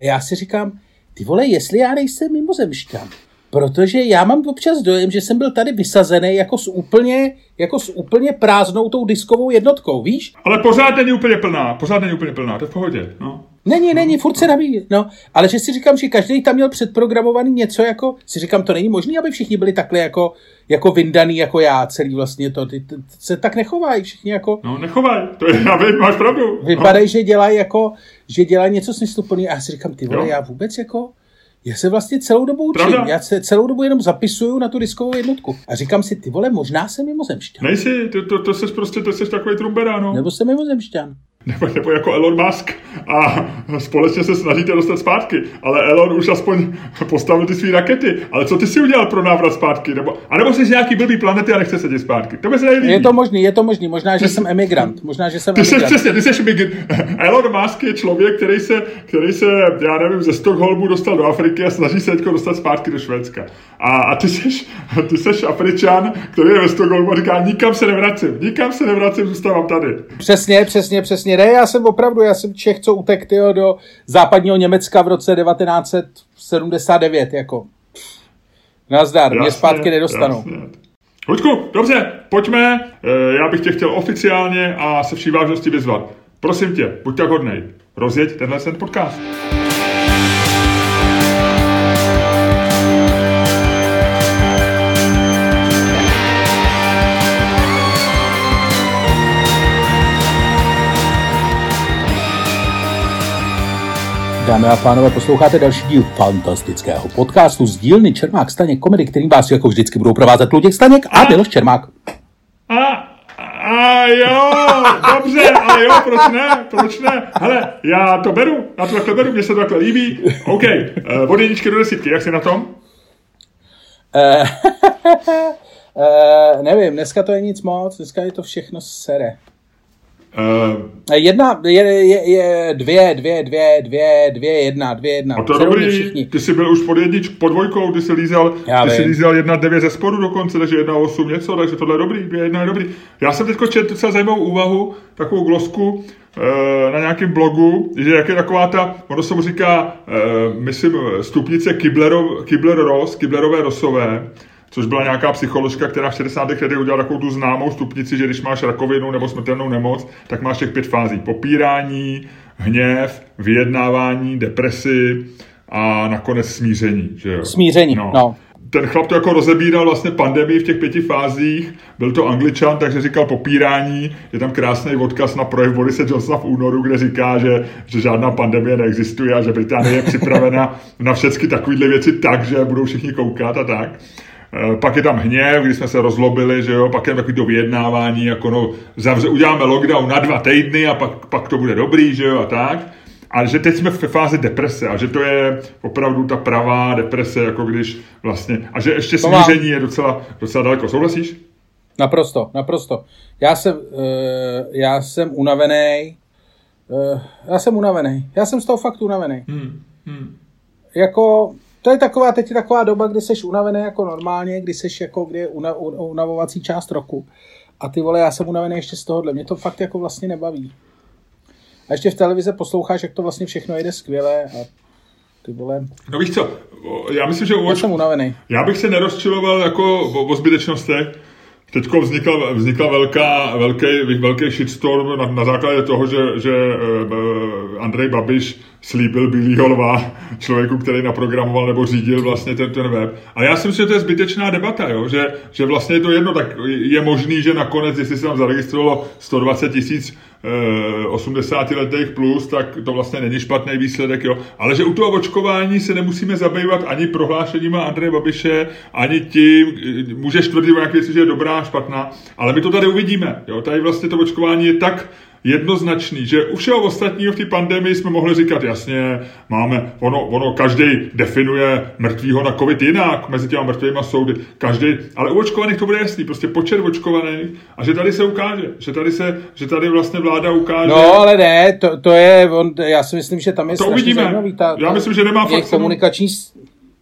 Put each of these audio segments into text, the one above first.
Já si říkám, ty vole, jestli já nejsem mimozemšťan, protože já mám občas dojem, že jsem byl tady vysazený jako s úplně prázdnou tou diskovou jednotkou, víš? Ale pořád není úplně plná, to je v pohodě, no. Není, furt se nabíjí, no. Ale že si říkám, že každý tam měl předprogramovaný něco jako, si říkám, to není možné, aby všichni byli takhle jako vyndaný jako já, celý vlastně to, ty se tak nechovají všichni jako. No nechovají, to je, já vím, máš pravdu. Vypadají, že dělají něco smysluplný a já si říkám, ty vole, já vůbec jako, já se vlastně celou dobu učím, Pravda? Já se celou dobu jenom zapisuju na tu diskovou jednotku a říkám si, ty vole, možná jsem mimozemšťan. Nejsi, to jsi takový trumbera, no. Nebo jsem mimozemšťan. Nebo jako Elon Musk a společně se snažíte dostat zpátky, ale Elon už aspoň postavil ty svý rakety. Ale co ty si udělal pro návrat zpátky? Anebo jsi z nějaký blbý planety a nechce se ti zpátky. To by se nejlíbí. Je to možný. Možná, že jsem emigrant. Ty jsi Elon Musk je člověk, který se, já nevím, ze Stockholmu dostal do Afriky a snaží se teďko dostat zpátky do Švédska. A ty jsi Afričan, který je ve Stockholmu a říká, nikam se nevracím, zůstávám tady. Přesně. Ne, já jsem Čech, co utek do západního Německa v roce 1979, jako. Nazdar, mě zpátky nedostanou. Luďku, dobře, pojďme, já bych tě chtěl oficiálně a se vší vážností vyzvat. Prosím tě, buď tak hodnej, rozjeď tenhle podcast. Dámy a pánové, posloucháte další díl fantastického podcastu z dílny Čermák Staněk Komedy, kterým vás jako vždycky budou provázet Luděk Staněk a Miloš Čermák. Jo, dobře, ale jo, proč ne? Hele, já to takhle beru, mně se to takhle líbí. OK, od 1 do 10, jak jsi na tom? Nevím, dneska to je nic moc, dneska je to všechno sere. Jedna. A to je dobrý, ty jsi byl už pod 2, ty jsi lízal 1,9 ze spodu dokonce, takže 1,8 něco, takže tohle je dobrý, 2,1 je dobrý. Já jsem teďko četl docela zajímavou úvahu, takovou glosku na nějakém blogu, že jak je taková ono se mu říká, myslím, stupnice Kubler-Rossové, což byla nějaká psycholožka, která v 60. letech udělala takovou tu známou stupnici, že když máš rakovinu nebo smrtelnou nemoc, tak máš těch 5 fází. Popírání, hněv, vyjednávání, depresi a nakonec smíření. Že jo? Smíření, no. Ten chlap to jako rozebíral vlastně pandemii v těch 5 fázích, byl to Angličan, takže říkal popírání, je tam krásný odkaz na projev Borise Johnsona v únoru, kde říká, že žádná pandemie neexistuje a že Británie je připravena na všechny takovýhle věci tak, že budou všichni koukat a tak. Pak je tam hněv, když jsme se rozlobili, že jo, pak je takový to vyjednávání, jako uděláme lockdown na 2 týdny a pak to bude dobrý, že jo, a tak. A že teď jsme v fázi deprese a že to je opravdu ta pravá deprese, jako když vlastně, a že ještě smíření je docela daleko. Souhlasíš? Naprosto. Já jsem unavený. Já jsem z toho fakt unavený. Jako, to je teď je taková doba, kdy seš unavený jako normálně, kdy je unavovací část roku. A ty vole, já jsem unavený ještě z tohohle. Mě to fakt jako vlastně nebaví. A ještě v televizi posloucháš, jak to vlastně všechno jede skvěle a ty vole. No víš co, já myslím, že já jsem unavený. Já bych se nerozčiloval jako o zbytečnostech. Teďko vznikla velký shitstorm na základě toho, že Andrej Babiš slíbil Bílýho lva člověku, který naprogramoval nebo řídil vlastně ten web. Ale já si myslím, že to je zbytečná debata, jo? Že vlastně je to jedno, tak je možný, že nakonec, jestli se tam zaregistrovalo 120 000 80letých plus, tak to vlastně není špatný výsledek, jo. Ale že u toho očkování se nemusíme zabývat ani prohlášeníma Andreje Babiše, ani tím, můžeš tvrdit nějaké věci, že je dobrá, špatná, ale my to tady uvidíme, jo. Tady vlastně to očkování je tak jednoznačný, že u všeho ostatního v té pandemii jsme mohli říkat, jasně, máme, ono každý definuje mrtvýho na covid jinak, mezi těma mrtvýma soudy, každý, ale u očkovaných to bude jasný, prostě počet očkovaných a že tady se ukáže, že tady vlastně vláda ukáže. No, ale ne, to je, já si myslím, že tam je to strašně uvidíme. zajímavý Já myslím, že nemá fakt komunikační.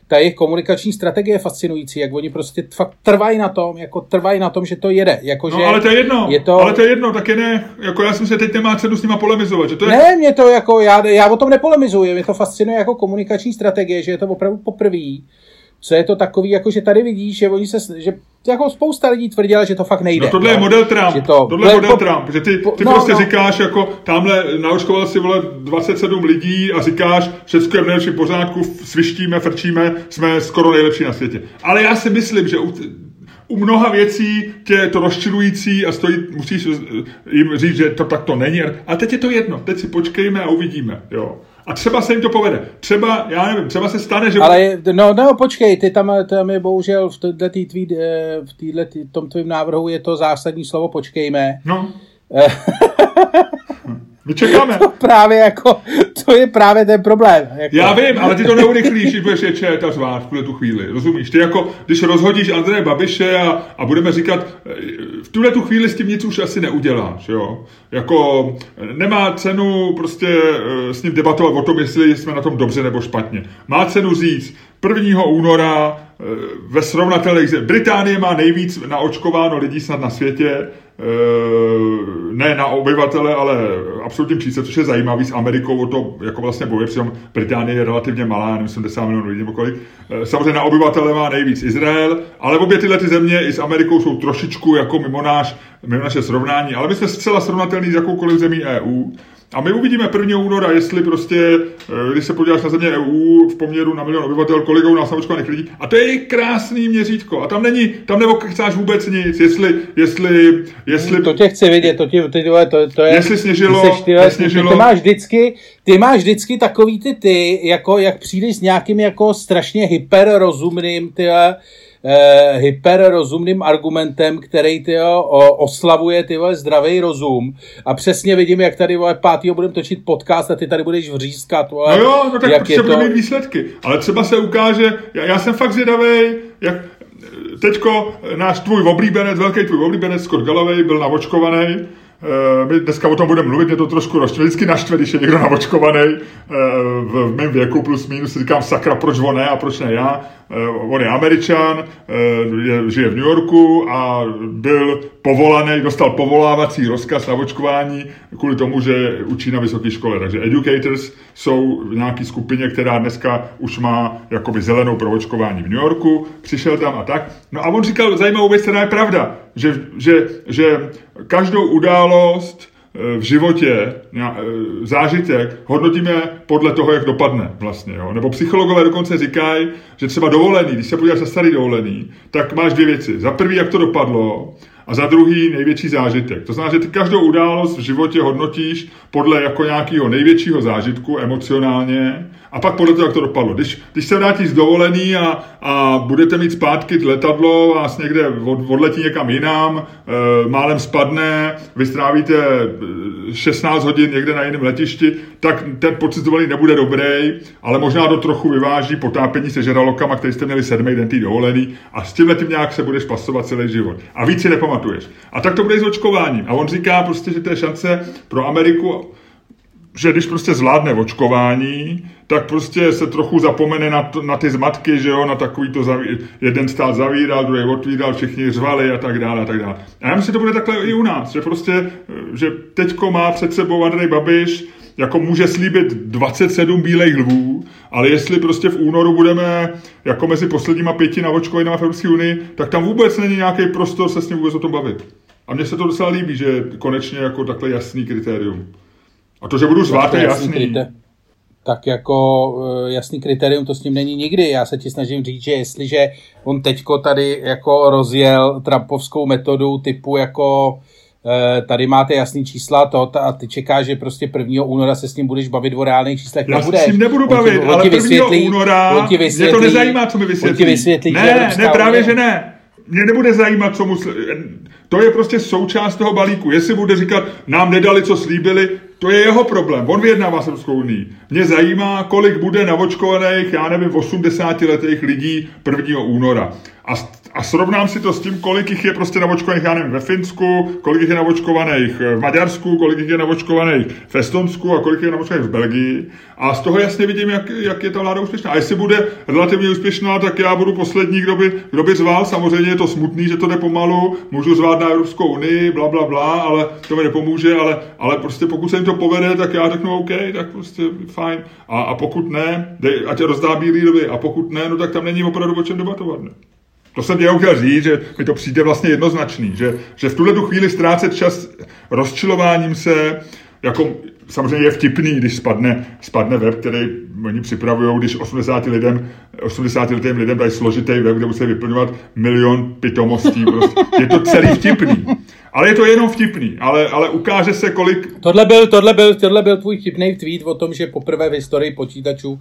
ta jejich komunikační strategie je fascinující, jak oni prostě fakt trvají na tom, že to jede. Jako, no, ale to je jedno, taky ne, jako já jsem se teď nemá cenu s nima polemizovat, že to je... Ne, mě to jako, já o tom nepolemizuji, mě to fascinuje jako komunikační strategie, že je to opravdu poprvé. Co je to takový, jako že tady vidíš, že oni že jako spousta lidí tvrdila, že to fakt nejde. No tohle je model Trump, Trump, že ty prostě říkáš, jako tamhle naočkoval si 27 lidí a říkáš, všechno je v nejlepším pořádku, svištíme, frčíme, jsme skoro nejlepší na světě. Ale já si myslím, že u mnoha věcí tě je to rozčilující a musíš jim říct, že to tak to není. A teď je to jedno, teď si počkejme a uvidíme, jo. A třeba se jim to povede. Třeba, já nevím, třeba se stane, že... Ale, počkej, ty tam je bohužel v tom tvým návrhu je to zásadní slovo počkejme. No. My čekáme. To je právě ten problém. Jako. Já vím, ale ty to neurychlíš, když budeš ječet a řvát v tu chvíli, rozumíš? Ty jako, když rozhodíš Andreje Babiše a budeme říkat, v tu chvíli s tím nic už asi neuděláš, jo? Jako, nemá cenu prostě s ním debatovat o tom, jestli jsme na tom dobře nebo špatně. Má cenu říct, 1. února ve srovnatelných Británie má nejvíc naočkováno lidí snad na světě, ne na obyvatele, ale absolutním čísle, což je zajímavý, s Amerikou o to jako vlastně bojuje, protože Británie je relativně malá, nevím, 70 milionů lidí nebo kolik. Samozřejmě na obyvatele má nejvíc Izrael, ale obě tyhle ty země i s Amerikou jsou trošičku jako mimo naše srovnání, ale my jsme zcela srovnatelní s jakoukoliv zemí EU. A my uvidíme 1. února, jestli prostě, když se podíváš na země EU v poměru na milion obyvatel, kolik u nás naočkovaných lidí. A to je krásný měřítko. A tam neokecáš vůbec nic, jestli... To tě chci vidět, to je... Jestli sněžilo. Ty máš vždycky takový ty, jako jak přijdeš s nějakým jako strašně hyperrozumným argumentem, který oslavuje zdravý rozum. A přesně vidím, jak tady 5. budeme točit podcast a ty tady budeš vřískat. No jo, no tak prostě budeme mít výsledky. Ale třeba se ukáže, já jsem fakt zvědavej, jak teďko velký tvůj oblíbenec Scott Galloway byl naočkovaný. My dneska o tom budeme mluvit, mě to trošku vždycky naštve, když je někdo naočkovaný v mém věku plus minus, si říkám sakra, proč on ne a proč ne já. On je Američan, žije v New Yorku a byl dostal povolávací rozkaz na očkování kvůli tomu, že učí na vysoké škole. Takže educators jsou v nějaké skupině, která dneska už má jakoby zelenou pro očkování v New Yorku, přišel tam a tak. No a on říkal zajímavou věc, která je pravda, že každou událost v životě, zážitek, hodnotíme podle toho, jak dopadne vlastně. Jo? Nebo psychologové dokonce říkají, že třeba dovolený, když se podíváš na starý dovolený, tak máš 2 věci. Za prvý, jak to dopadlo, a za druhý největší zážitek. To znamená, že ty každou událost v životě hodnotíš podle jako nějakého největšího zážitku emocionálně a pak podle toho, jak to dopadlo. Když se vrátíš z dovolený a budete mít zpátky letadlo, vás někde odletí někam jinam, málem spadne, vy strávíte 16 hodin někde na jiném letišti, tak ten pocit dovolený nebude dobrý, ale možná to trochu vyváží potápění se žralokama, který jste měli 7. den tý dovolený a s tímhletím nějak se budeš pasovat celý život. A víc si nepamatuješ. A tak to bude i s očkováním. A on říká prostě, že to je šance pro Ameriku, že když prostě zvládne očkování, tak prostě se trochu zapomene na ty zmatky, že jo, na takový to jeden stát zavíral, druhý otvíral, všichni řvali a tak dále a tak dále. A já myslím, že to bude takhle i u nás, že prostě, že teďko má před sebou Andrej Babiš, jako může slíbit 27 bílejch lvů, ale jestli prostě v únoru budeme jako mezi posledníma 5 naočkovanými v Evropské unii, tak tam vůbec není nějaký prostor se s ním vůbec o tom bavit. A mně se to docela líbí, že konečně jako takhle jasný kritérium. A to, že budu řvát, je jasný. Tak jako jasný kritérium to s ním není nikdy. Já se ti snažím říct, že jestliže on teďko tady jako rozjel trumpovskou metodu typu jako tady máte jasný čísla a ty čekáš, že prostě 1. února se s ním budeš bavit o reálných číslech. Já se s ním nebudu bavit, ale 1. února mě to nezajímá, co mi vysvětlí. Ne, právě že ne. Mě nebude zajímat, co to je prostě součást toho balíku. Jestli bude říkat, nám nedali, co slíbili, to je jeho problém. On vyjednává s Evropskou unii. Mě zajímá, kolik bude navočkovaných, já nevím, 80letých lidí 1. února. A srovnám si to s tím, kolik jich je prostě navočkovaných, já nevím, ve Finsku, kolik jich je navočkovaných v Maďarsku, kolik jich je navočkovaných v Estonsku a kolik je navočkovaných v Belgii. A z toho jasně vidím, jak je ta vláda úspěšná. A jestli bude relativně úspěšná, tak já budu poslední, kdo by zval. Samozřejmě je to smutný, že to jde pomalu. Můžu zvát na Evropskou unii, bla, bla, bla, ale to mi nepomůže. Ale prostě pokud se jim to povede, tak já řeknu OK, tak prostě fajn. A pokud ne, ať rozdá bílý lvy. A pokud ne, no tak tam není opravdu o čem debatovat. Ne? To jsem jenom chtěl říct, že mi to přijde vlastně jednoznačný, že v tuhle chvíli ztrácet čas rozčilováním se, jako samozřejmě je vtipný, když spadne web, který oni připravují, když 80 letým lidem dají složitý web, kde musí vyplňovat milion pitomostí. Prostě. Je to celý vtipný. Ale je to jenom vtipný, ale ukáže se, kolik... Tohle byl tvůj vtipný tweet o tom, že poprvé v historii počítačů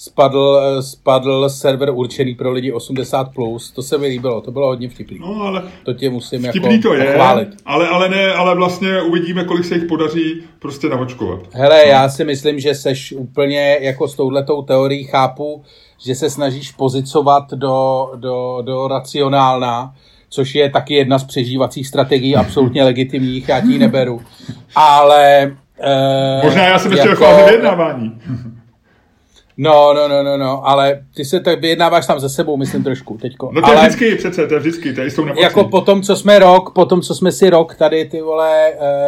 spadl server určený pro lidi 80+. To se mi líbilo, to bylo hodně vtipný. No, ale to tě musím vtipný jako to je, pochválit. ale vlastně uvidíme, kolik se jich podaří prostě navočkovat. Hele, já si myslím, že seš úplně jako s touhletou teorií chápu, že se snažíš pozicovat do racionálna, což je taky jedna z přežívacích strategií, absolutně legitimních, já ti ji neberu. Ale... Možná já jsem ještě ve fázi vyjednávání. No, ale ty se tak vyjednáváš sám ze sebou, myslím trošku teďko. No to je vždycky přece, to je vždycky, tady jsou nemocní. Jako potom, co jsme si rok tady, ty vole,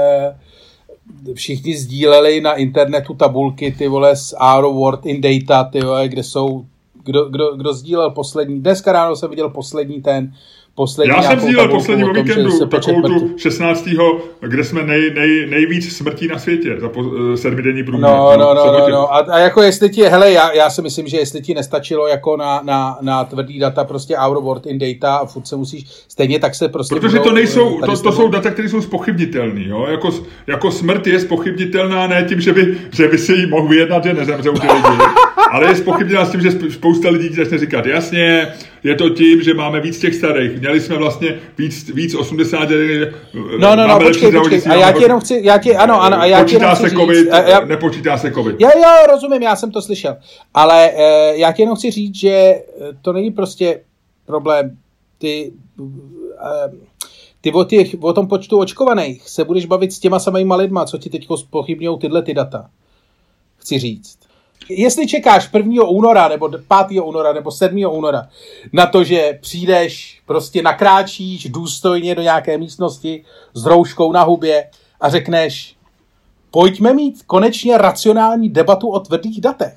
všichni sdíleli na internetu tabulky, ty vole, z Our World in Data, ty vole, kde jsou, kdo sdílel poslední, dneska ráno jsem viděl poslední já jsem sdílel poslední o víkendu takovou tu 16. kde jsme nejvíc smrtí na světě za 7denní průměr. No. A jako jestli ti, hele, já si myslím, že jestli ti nestačilo jako na tvrdý data prostě Our World in Data a furt se musíš, stejně tak se prostě... Protože to jsou data, které jsou zpochybnitelné, jo? Jako smrt je zpochybnitelná ne tím, že by si jí mohl vyjednat, že nezemřou ty lidi, ale je zpochybnitelná s tím, že spousta lidí začne říkat, jasně, je to tím, že máme víc těch starých. Měli jsme vlastně víc 80. No, počkej. A já ti jenom chci, počítá se covid, nepočítá se covid. Jo, rozumím, já jsem to slyšel. Ale já ti jenom chci říct, že to není prostě problém. Ty o tom počtu očkovaných se budeš bavit s těma samýma lidma, co ti teďko zpochybňují tyhle ty data. Chci říct. Jestli čekáš 1. února, nebo 5. února, nebo 7. února na to, že přijdeš, prostě nakráčíš důstojně do nějaké místnosti s rouškou na hubě a řekneš, pojďme mít konečně racionální debatu o tvrdých datech.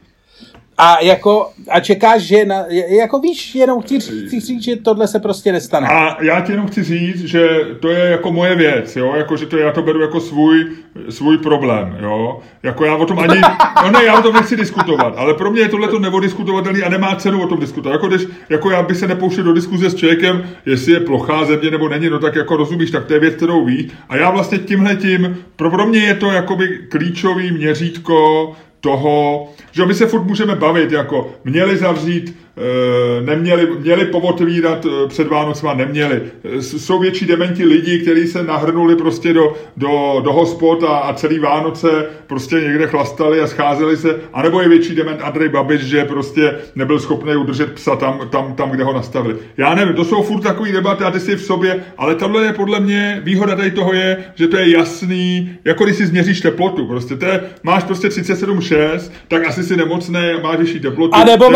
A čekáš, že jako víš, jenom chci říct, že tohle se prostě nestane. A já ti jenom chci říct, že to je jako moje věc, jo, jako, že já to beru jako svůj problém, jo, jako já o tom já o tom nechci diskutovat, ale pro mě je tohleto neodiskutovatelný a nemá cenu o tom diskutovat, jako já bych se nepouštěl do diskuze s člověkem, jestli je plochá země nebo není, no tak jako rozumíš, tak to je věc, kterou ví a já vlastně tímhletím, pro mě je to jakoby klíčový měřítko toho, že my se furt můžeme bavit, jako měli zavřít, měli povotvírat před Vánocema, neměli. Jsou větší dementi lidi, kteří se nahrnuli prostě do hospod a celý Vánoce prostě někde chlastali a scházeli se, anebo je větší dement Andrej Babiš, že prostě nebyl schopný udržet psa tam, kde ho nastavili. Já nevím, to jsou furt takový debaty a ty si v sobě, ale tohle je podle mě, výhoda tady toho je, že to je jasný, jako když si změříš teplotu, prostě máš prostě 37,6, tak asi si nemocný, máš vyšší teplotu.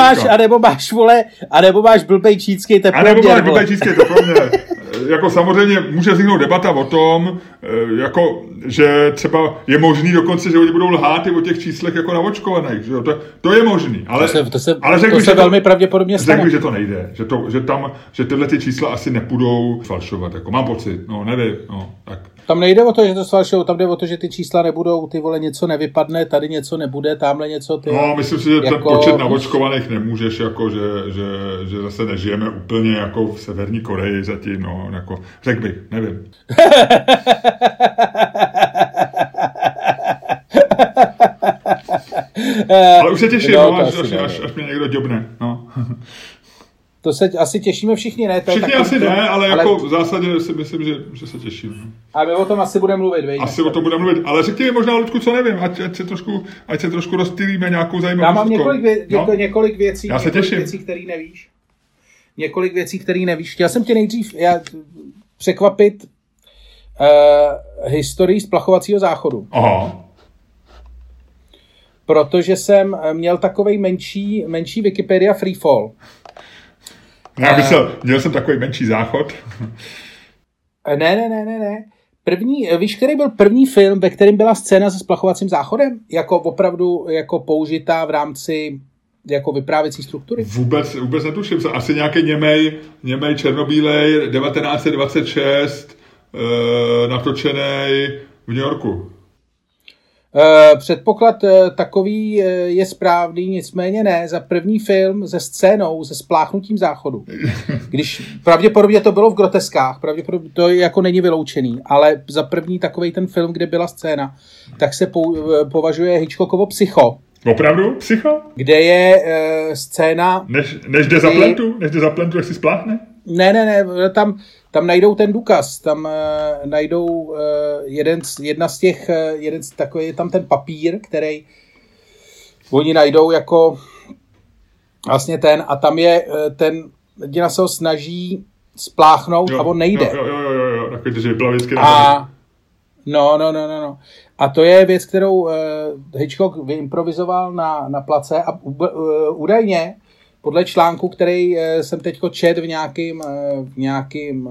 A nebo máš blbej čínský teploměr. Jako samozřejmě může vzniknout debata o tom, jako, že třeba je možný dokonce, že oni budou lhát i o těch číslech jako navočkovaných. Že? To je možný. Ale to se velmi pravděpodobně stane. Řekl bych, že to nejde. Že tyhle ty čísla asi nepůjdou falšovat. Jako, mám pocit. No, nevím. No, tak. Tam nejde o to, že to falšují, tam jde o to, že ty čísla nebudou, ty vole, něco nevypadne, tady něco nebude, tamhle něco. No, myslím si, že jako... ten počet navočkovaných nemůžeš, jako, že zase nežijeme úplně jako v Severní Koreji zatím, no, jako, řekl bych, nevím. Ale už se těším, až mě někdo ďobne, no. To se asi těšíme všichni, ne? To všichni asi ne, ale jako v zásadě si myslím, že se těším. A my o tom asi budeme mluvit, víš? Asi o tom budeme mluvit, ale řekni mi možná, Ludku, co nevím, ať se trošku rozptýlíme nějakou zajímavou. Já mám několik věcí, já se těším. Věcí, které nevíš. Několik věcí, které nevíš. Chtěl jsem tě nejdřív překvapit historii splachovacího záchodu. Aha. Protože jsem měl takovej menší Wikipedia freefall. Měl jsem takový menší záchod. Ne. Víš, který byl první film, ve kterém byla scéna se splachovacím záchodem? Jako opravdu jako použitá v rámci jako vyprávěcí struktury? Vůbec netuším. Asi nějaký němej černobílej 1926 natočený v New Yorku. Předpoklad takový je správný, nicméně ne. Za první film se scénou, se spláchnutím záchodu. Když pravděpodobně to bylo v groteskách, pravděpodobně to jako není vyloučený, ale za první takovej ten film, kde byla scéna, tak se považuje Hitchcockovo Psycho. Opravdu? Psycho? Kde je scéna... Než jde za plentu, jak si spláchne? Ne, tam najdou ten důkaz, tam najdou jeden z takový, je tam ten papír, který oni najdou jako vlastně a tam je ten, hrdina se ho snaží spláchnout a on nejde. Jo, takový, že plavicky No. A to je věc, kterou Hitchcock vyimprovizoval na place a údajně podle článku, který jsem teďko četl v nějakým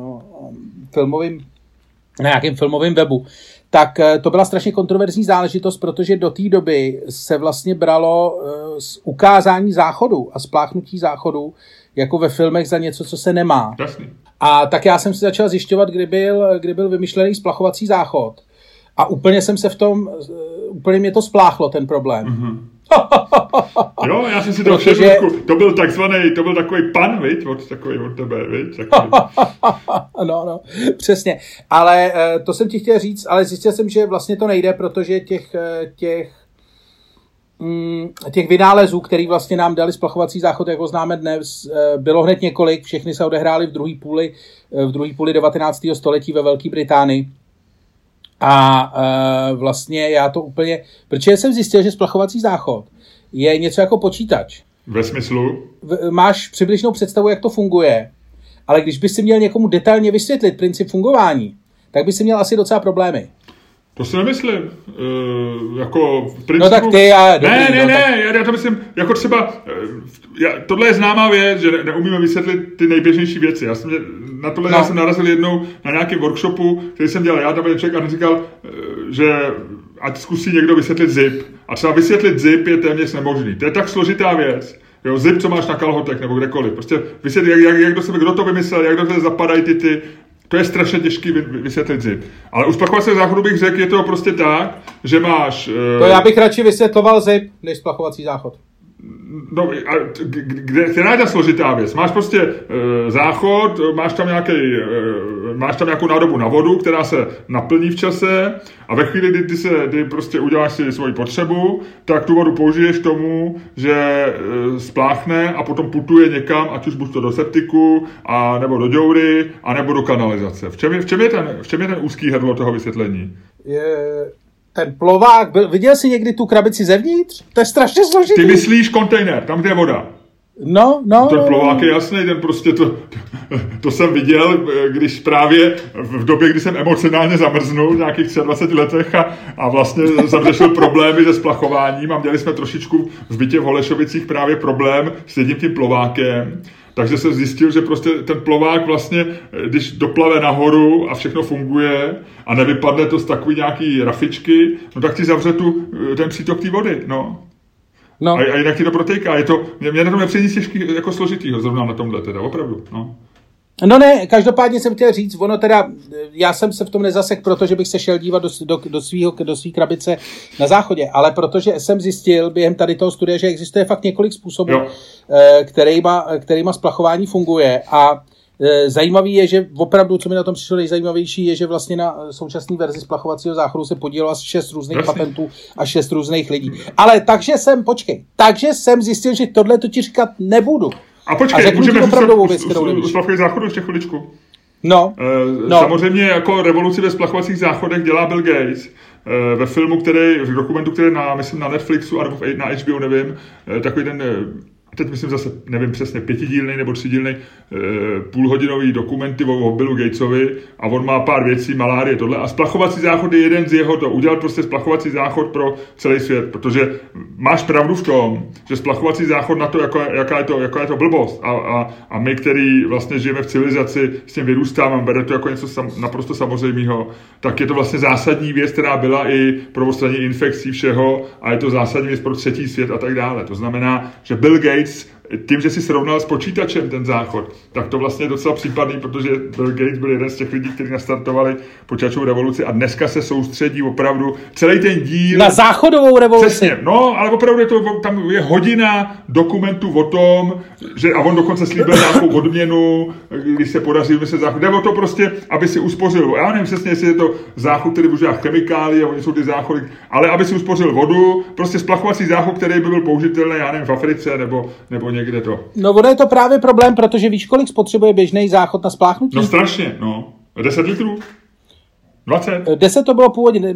filmovém webu, tak to byla strašně kontroverzní záležitost, protože do té doby se vlastně bralo z ukázání záchodu a spláchnutí záchodu jako ve filmech za něco, co se nemá. Jasný. A tak já jsem si začal zjišťovat, kdy byl vymyšlený splachovací záchod. A úplně mě to spláchlo, ten problém. Mm-hmm. Jo, já jsem si to všiml, to byl takový pan, viď, od tebe, viď? No, přesně. Ale to jsem ti chtěl říct, ale zjistil jsem, že vlastně to nejde, protože těch vynálezů, který vlastně nám dali splachovací záchod, jako známe dnes, bylo hned několik, všechny se odehrály v druhé půli 19. století ve Velké Británii. A vlastně já to úplně... Protože jsem zjistil, že splachovací záchod je něco jako počítač. Ve smyslu? Máš přibližnou představu, jak to funguje, ale když bys si měl někomu detailně vysvětlit princip fungování, tak bys si měl asi docela problémy. To si nemyslím. Jako v principu... No tak ty já to myslím, jako třeba, tohle je známá věc, že neumíme vysvětlit ty nejběžnější věci. Já jsem narazil jednou na nějakém workshopu, který jsem dělal já, tam byl člověk a říkal, že ať zkusí někdo vysvětlit zip. A třeba vysvětlit zip je téměř nemožný. To je tak složitá věc. Jo, zip, co máš na kalhotech nebo kdekoliv. Prostě vysvětlit, kdo to vymyslel, jak do toho zapadají ty. To je strašně těžký vysvětlit zip. Ale u splachovacího záchodu bych řekl, je to prostě tak, že máš... To já bych radši vysvětloval zip, než splachovací záchod. No, která je ta složitá věc? Máš prostě záchod, máš tam nějakou nádobu na vodu, která se naplní v čase a ve chvíli, kdy prostě uděláš si svoji potřebu, tak tu vodu použiješ tomu, že spláchne a potom putuje někam, ať už buď to do septiku, a nebo do děury, a nebo do kanalizace. V čem je ten úzký hrdlo toho vysvětlení? Ten plovák, viděl jsi někdy tu krabici zevnitř? To je strašně složitý. Ty myslíš kontejner, tam, kde je voda. No. Ten plovák je jasný, ten prostě to jsem viděl, když právě v době, kdy jsem emocionálně zamrznul v nějakých 23 letech a vlastně jsem řešil problémy se splachováním a měli jsme trošičku v bytě v Holešovicích právě problém s jedním tím plovákem. Takže jsem zjistil, že prostě ten plovák vlastně, když doplave nahoru a všechno funguje a nevypadne to z takový nějaký rafičky, no tak ti zavře ten přítok té vody, no. A jinak ti to protéká. Mě na tom nepřijde nic těžký, jako složitýho, zrovna na tomhle teda, opravdu, no. No ne, každopádně jsem chtěl říct, ono teda, já jsem se v tom nezasek, protože bych se šel dívat do svý krabice na záchodě, ale protože jsem zjistil během tady toho studia, že existuje fakt několik způsobů, kterýma splachování funguje a zajímavý je, že opravdu, co mi na tom přišlo nejzajímavější, je, že vlastně na současné verzi splachovacího záchodu se podílelo asi 6 různých patentů a 6 různých lidí. Ale takže jsem zjistil, že tohle to ti říkat nebudu. A počkej, můžeme u splachových záchodů ještě chviličku. No. Samozřejmě jako revoluci ve splachovacích záchodech dělá Bill Gates. Ve filmu, v dokumentu, který myslím na Netflixu, nebo na HBO, nevím, takový ten, teď myslím zase, nevím přesně, 5dílný nebo 3dílný půlhodinový dokumenty o Billu Gatesovi a on má pár věcí, malárie, tohle. A splachovací záchod je jeden z jeho to. Udělat prostě splachovací záchod pro celý svět, protože máš pravdu v tom, že splachovací záchod na to, jaká je to blbost. A my, který vlastně žijeme v civilizaci, s tím vyrůstáme, bere to jako něco naprosto samozřejmého, tak je to vlastně zásadní věc, která byla i pro odstranění infekcí všeho a je to zásadní věc pro třetí svět a tak dále. To znamená, že Bill Gates, tím, že si srovnal s počítačem ten záchod, tak to vlastně je docela případný, protože Bill Gates byl jeden z těch lidí, kteří nastartovali počítačovou revoluci a dneska se soustředí opravdu celý ten díl... Na záchodovou revoluci. Přesně, no, ale opravdu tam je hodina dokumentů o tom, že, a on dokonce slíbil nějakou odměnu, když se podaří se záchod. Jde o to prostě, aby si uspořil, já nevím přesně, jestli je to záchod, který využívá chemikálie, oni jsou ty záchody, ale aby si uspořil vodu, prostě splachovací záchod, který by byl použitelný, já nevím, v Africe nebo někde to. No, ono je to právě problém, protože víš, kolik spotřebuje běžný záchod na spláchnutí? No strašně, no. 10 litrů? 20? 10 to bylo původně.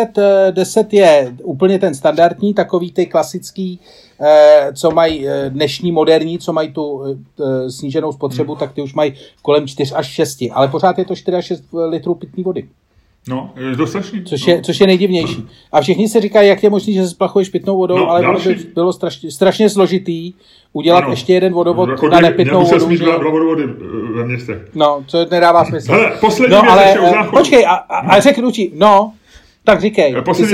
10 je úplně ten standardní, takový ty klasický, co mají dnešní moderní, co mají tu sníženou spotřebu, tak ty už mají kolem 4 až 6, ale pořád je to 4 až 6 litrů pitné vody. No, je to strašný. Což je nejdivnější. A všichni se říkají, jak je možné, že se splachuješ pitnou vodou, no, ale bylo strašně složitý udělat ještě jeden vodovod na nepitnou vodu. Nemusel smít vodovody ve městech. No, co nedává smysl. Hele, poslední věc ještě o záchodu. Počkej, a řeknu ti, tak říkej.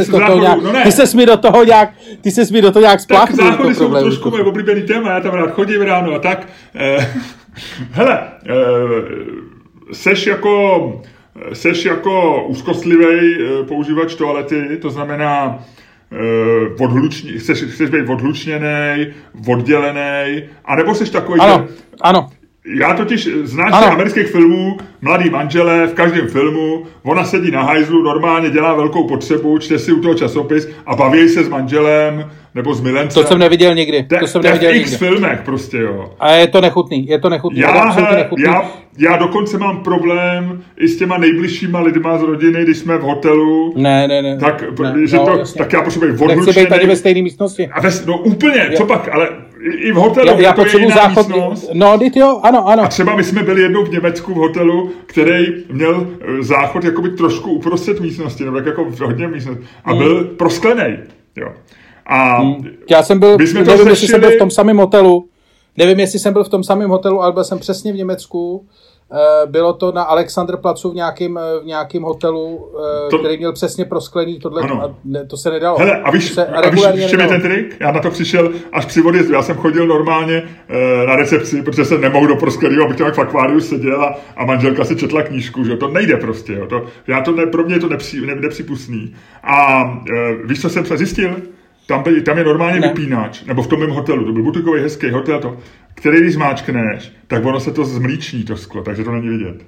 Ty ses mi do toho nějak spláchnul. Tak záchody jsou trošku moje oblíbený téma, já tam rád chodím ráno a tak. Hele, seš jako úzkostlivý používač toalety, to znamená chceš být odhlučněnej, oddělenej, anebo seš takový, ano. Já totiž znáš z amerických filmů, mladý manželé v každém filmu, ona sedí na hajzlu, normálně dělá velkou potřebu, čte si u toho časopis a baví se s manželem nebo s milencem. To jsem neviděl nikdy. To jsem neviděl v X filmech prostě, jo. A je to nechutný. Já dokonce mám problém i s těma nejbližšíma lidma z rodiny, když jsme v hotelu. Ne. Tak já potřebuji odlučený. Nechci být tady ve stejné místnosti. No úplně, co pak, ale i v hotelu já potřebuji záchod. No, jo, ano. A třeba my jsme byli jednou v Německu v hotelu, který měl záchod jakoby trošku uprostřed místnosti, nebo jako v hodně místnosti. A byl prosklenej, jo. A já jsem byl, nevím, jestli jsem byl v tom samém hotelu. Nevím, jestli jsem byl v tom samém hotelu, ale byl jsem přesně v Německu. Bylo to na Alexanderplatzu v nějakém hotelu, který měl přesně prosklený tohle. To se nedalo. Hele, a víš, čem je ten trik? Já na to přišel až při odjezdu. Já jsem chodil normálně na recepci, protože jsem nemohl do proskleného, abych tam v akváriu seděl a manželka si četla knížku, že to nejde prostě. Jo. Pro mě je to nepřípustný. A víš, co jsem zjistil? Tam je normálně vypínač, nebo v tom mém hotelu, to byl butikový hezký hotel, který když zmáčkneš, tak ono se to zmlíční to sklo, takže to není vidět.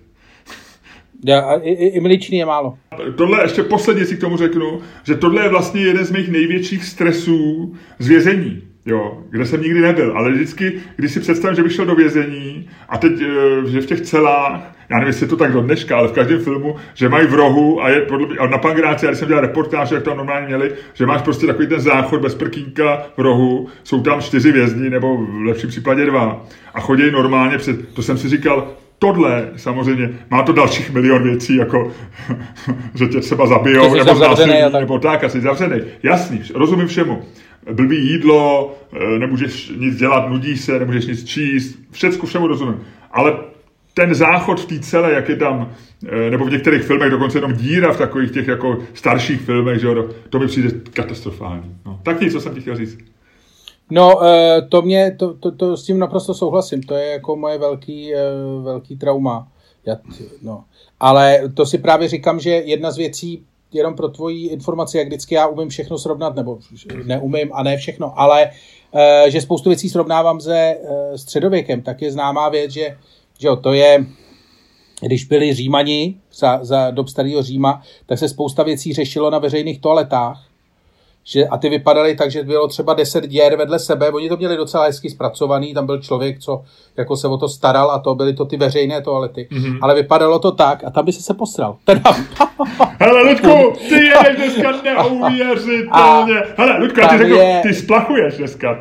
I mlíčný je málo. Tohle ještě posledně si k tomu řeknu, že tohle je vlastně jeden z mých největších stresů z vězení. Jo, kde jsem nikdy nebyl, ale vždycky, když si představím, že bych šel do vězení a teď, že v těch celách, já nevím, jestli je to tak do dneška, ale v každém filmu, že mají v rohu a na Pangráci, já když jsem dělal reportáž, jak tam normálně měli, že máš prostě takový ten záchod bez prkínka v rohu, jsou tam 4 vězni, nebo v lepším případě 2 a chodí normálně to jsem si říkal, tohle samozřejmě má to dalších milion věcí, jako že tě třeba zabijou, nebo znásilní, nebo tak, asi zavřenej. Jasný, rozumím všemu. Blbý jídlo, nemůžeš nic dělat, nudí se, nemůžeš nic číst, všemu rozumím. Ale ten záchod v té celé, jak je tam, nebo v některých filmech dokonce jenom díra v takových těch jako starších filmech, že to mi přijde katastrofální. No. Tak nic, co jsem ti chtěl říct. No, to s tím naprosto souhlasím, to je jako moje velký trauma. Ale to si právě říkám, že jedna z věcí, jenom pro tvoji informaci, jak vždycky já umím všechno srovnat, nebo neumím a ne všechno, ale že spoustu věcí srovnávám se středověkem, tak je známá věc, že to je, když byli Římani za dob starého Říma, tak se spousta věcí řešilo na veřejných toaletách, a ty vypadaly tak, že bylo třeba 10 děr vedle sebe, oni to měli docela hezky zpracovaný, tam byl člověk, co jako se o to staral a to byly to ty veřejné toalety, ale vypadalo to tak a tam by se posral. Hele, Ludku, ty jedeš dneska neuvěřitelně. Hele, Ludku, já ti řeknu, ty splachuješ dneska,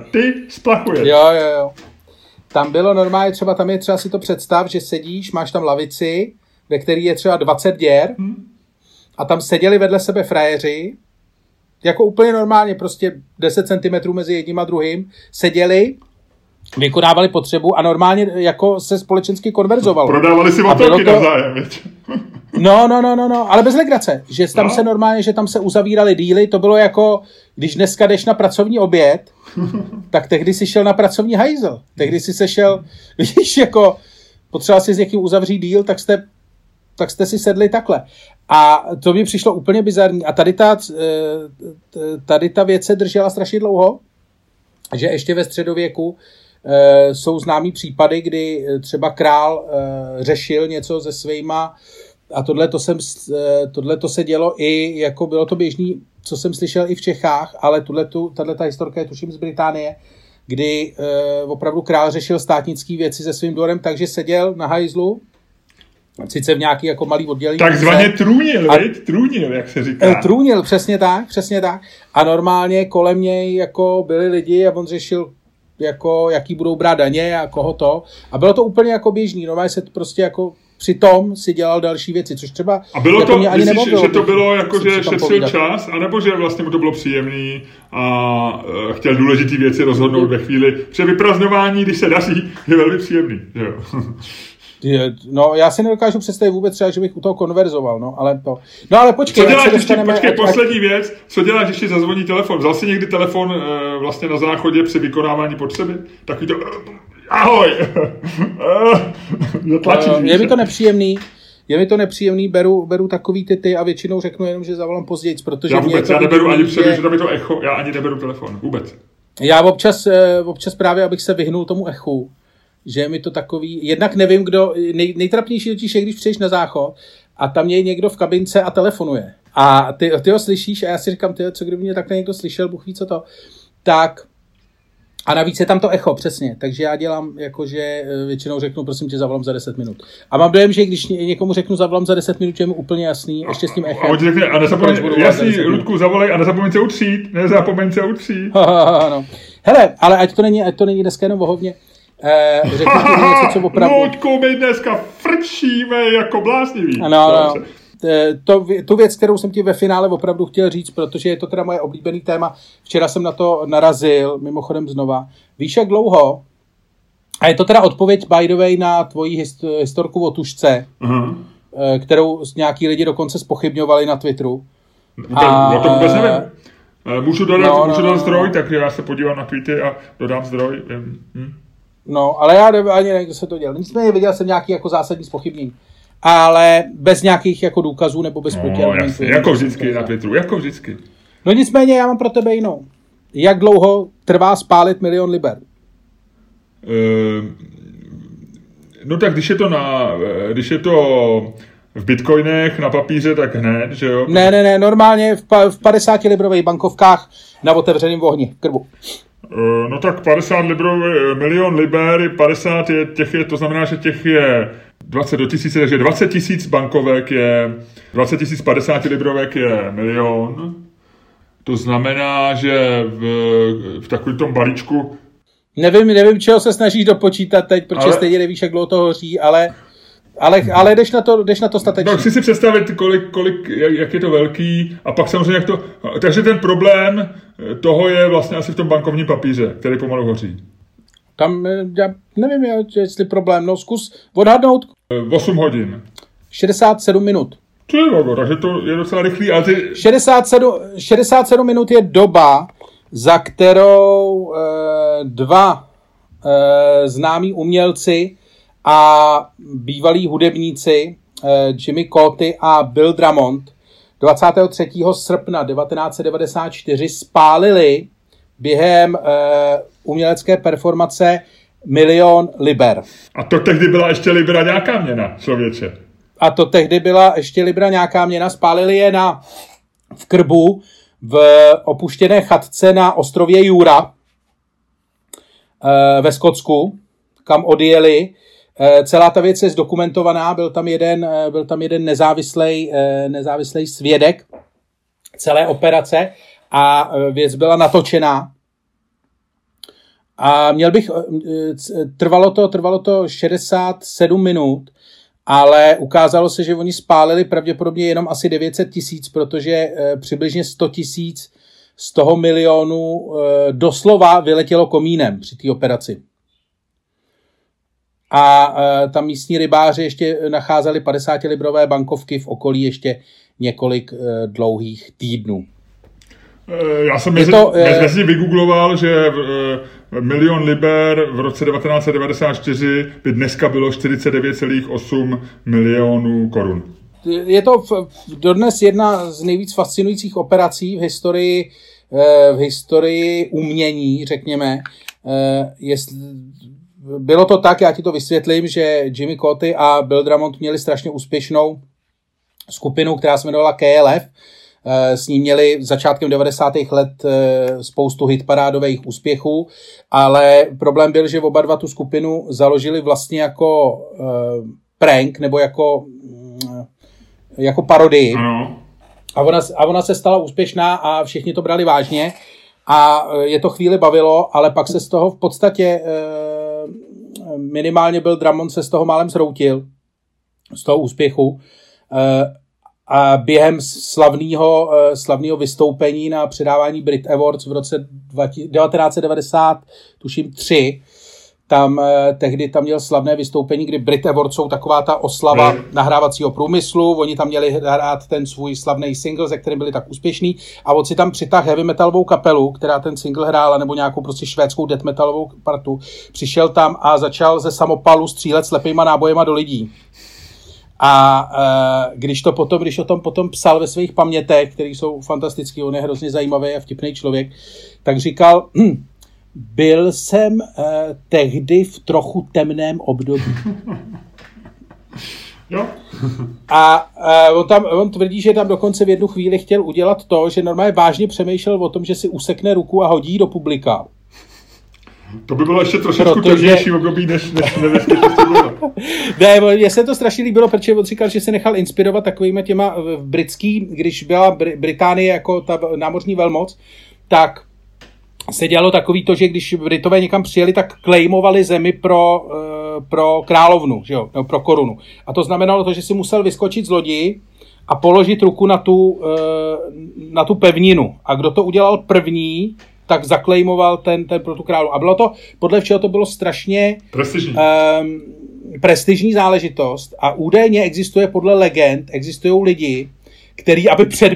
Jo. Tam bylo normálně třeba, tam je třeba si to představ, že sedíš, máš tam lavici, ve který je třeba 20 děr a tam seděli vedle sebe frajeři, jako úplně normálně, prostě 10 cm mezi jedním a druhým, seděli, vykonávali potřebu a normálně jako se společensky konverzovalo. Prodávali si motorky navzájem, viď? No, ale bez legrace, že tam se normálně, že tam se uzavíraly díly, to bylo jako, když dneska jdeš na pracovní oběd, tak tehdy si šel na pracovní hajzl, tehdy si se šel, víš, jako potřeboval si s někým uzavřít díl, tak jste si sedli takhle. A to mi přišlo úplně bizarní. A tady ta věc se držela strašně dlouho, že ještě ve středověku jsou známý případy, kdy třeba král řešil něco se svýma a tohleto se dělo i, jako bylo to běžný, co jsem slyšel i v Čechách, ale tato historka je tuším z Británie, kdy opravdu král řešil státnický věci se svým dvorem, takže seděl na hajzlu, sice v nějaký jako malý oddělení. Takzvaně trůnil, jak se říká. Trůnil, přesně tak. A normálně kolem něj jako byli lidi a on řešil, jako, jaký budou brát daně a koho to. A bylo to úplně jako běžný. Normálně se prostě jako přitom si dělal další věci, což třeba... A bylo jako to, mě ani myslíš, že to bylo jako, že šetřil čas, anebo že vlastně mu to bylo příjemný a chtěl důležitý věci rozhodnout ve chvíli, protože vyprazňování, když se daří, je velmi příjemný, jo. No, já si nedokážu představit vůbec třeba, že bych u toho konverzoval, no, ale počkej. Poslední věc, co děláš, když ti zazvoní telefon? Vzal jsi někdy telefon vlastně na záchodě při vykonávání potřeby? Takový to, ahoj! Je mi to nepříjemný, beru takový ty a většinou řeknu jenom, že zavolám později, protože já neberu ani předu, že tam je to echo, já ani neberu telefon, vůbec. Já občas právě, abych se vyhnul tomu echu, že je mi to takový, jednak nevím, kdo, nejtrapnější totiž je, když přijdeš na záchod a tam je někdo v kabince a telefonuje. A ty ho slyšíš a já si říkám, co kdyby mě takhle někdo slyšel, Bůh ví, co to. Tak a navíc je tam to echo, přesně. Takže já dělám, jakože většinou řeknu, prosím tě, zavolám za 10 minut. A mám dojem, že když někomu řeknu zavolám za 10 minut, je mu úplně jasný, ještě s tím echem. A on ti řekne, a nezapomeň, jasný, Ludku, zavolej a nezapomeň se utřít. No. Hele, ale ať to není dneska jenom vohovně. Řeknu ti něco, co opravdu... Ludku, my dneska frčíme jako blázniví. No. Tu věc, kterou jsem ti ve finále opravdu chtěl říct, protože je to teda moje oblíbený téma. Včera jsem na to narazil, mimochodem znova. Víš, jak dlouho? A je to teda odpověď, by the way, na tvoji historku o tužce, kterou nějaký lidi dokonce zpochybňovali na Twitteru. O tom vůbec nevím. Můžu dodat zdroj, tak já se podívám na tweety a dodám zdroj. No, ale já ani nevím, kdo se to dělal. Nicméně viděl jsem nějaký jako zásadní zpochybnění. Ale bez nějakých jako důkazů nebo bez protiargumentů. Jako vždycky na Twitteru, jako vždycky. No nicméně já mám pro tebe jinou. Jak dlouho trvá spálit 1 000 000 liber? No tak když je to v bitcoinech na papíře, tak hned, že jo? Ne, normálně v 50 librových bankovkách na otevřeném ohni, v krbu. No tak 50 librový, 1 000 000 liber, 50 je, to znamená, že těch je 20 do 1000, takže 20 000 bankovek je, 20 000 50 librovek je 1 000 000. To znamená, že v takovém tom balíčku... Nevím, čeho se snažíš dopočítat teď, protože stejně nevíš, jak dlouho to hoří, ale jdeš na to statečně. No, chci si představit, jak je to velký a pak samozřejmě jak to... Takže ten problém toho je vlastně asi v tom bankovním papíře, který pomalu hoří. Tam, já nevím, jestli problém, no zkus odhadnout. 8 hodin. 67 minut. Takže to je docela rychlý, ale 67 minut je doba, za kterou dva známí umělci a bývalí hudebníci Jimmy Cauty a Bill Drummond 23. srpna 1994 spálili během umělecké performace 1 000 000 liber. A to tehdy byla ještě libra nějaká měna, člověče. A to tehdy byla ještě libra nějaká měna. Spálili je v krbu v opuštěné chatce na ostrově Jura ve Skotsku, kam odjeli. Celá ta věc je zdokumentovaná, byl tam jeden nezávislý svědek celé operace a věc byla natočená. A trvalo to 67 minut, ale ukázalo se, že oni spálili pravděpodobně jenom asi 900 000, protože přibližně 100 000 z toho milionu doslova vyletělo komínem při té operaci. A tam místní rybáři ještě nacházeli 50librové bankovky v okolí ještě několik dlouhých týdnů. Já jsem mezi vygoogloval, že 1 000 000 liber v roce 1994 by dneska bylo 49,8 milionů korun. Je to dodnes jedna z nejvíc fascinujících operací v historii umění, řekněme. Bylo to tak, já ti to vysvětlím, že Jimmy Cauty a Bill Drummond měli strašně úspěšnou skupinu, která se jmenovala KLF. S ní měli začátkem 90. let spoustu hitparádových úspěchů, ale problém byl, že oba dva tu skupinu založili vlastně jako prank nebo jako parodii. A ona se stala úspěšná a všichni to brali vážně a je to chvíli bavilo, ale pak se z toho v podstatě minimálně Bill Drummond se z toho málem zhroutil, z toho úspěchu. A během slavného vystoupení na předávání Brit Awards v roce 1990, tuším 3, tehdy tam měl slavné vystoupení, kdy Brit Awards jsou taková ta oslava nahrávacího průmyslu, oni tam měli hrát ten svůj slavný single, ze kterým byli tak úspěšní a on si tam přitáhl heavy metalovou kapelu, která ten single hrála, nebo nějakou prostě švédskou death metalovou partu, přišel tam a začal ze samopalu střílet slepýma nábojema do lidí. A když o tom potom psal ve svých pamětech, které jsou fantastický, on je hrozně zajímavý a vtipný člověk, tak říkal, byl jsem tehdy v trochu temném období. Jo. A on tvrdí, že tam dokonce v jednu chvíli chtěl udělat to, že normálně vážně přemýšlel o tom, že si usekne ruku a hodí do publika. To by bylo ještě trošičku temnější období, než bylo. Ne, mně se to strašně líbilo, protože on říkal, že se nechal inspirovat takovýma těma když byla Británie jako ta námořní velmoc, tak se dělalo takový to, že když Britové někam přijeli, tak klejmovali zemi pro královnu, že jo, pro korunu. A to znamenalo to, že si musel vyskočit z lodi a položit ruku na tu pevninu. A kdo to udělal první, tak zaklejmoval ten pro tu králu. A bylo to, podle všeho to bylo strašně prestižní záležitost a údajně existuje podle legend, existují lidi, kteří,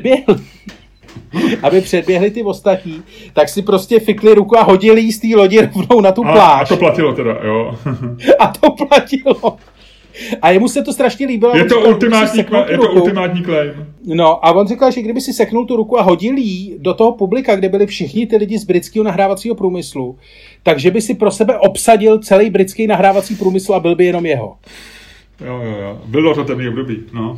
aby předběhli ty ostatní, tak si prostě fikli ruku a hodili jí z té lodi rovnou na tu pláž. A to platilo teda, jo. A to platilo. A jemu se to strašně líbilo. Je to ultimátní claim. No a on říkal, že kdyby si seknul tu ruku a hodil jí do toho publika, kde byli všichni ty lidi z britského nahrávacího průmyslu, takže by si pro sebe obsadil celý britský nahrávací průmysl a byl by jenom jeho. Jo. Bylo to temný období, no.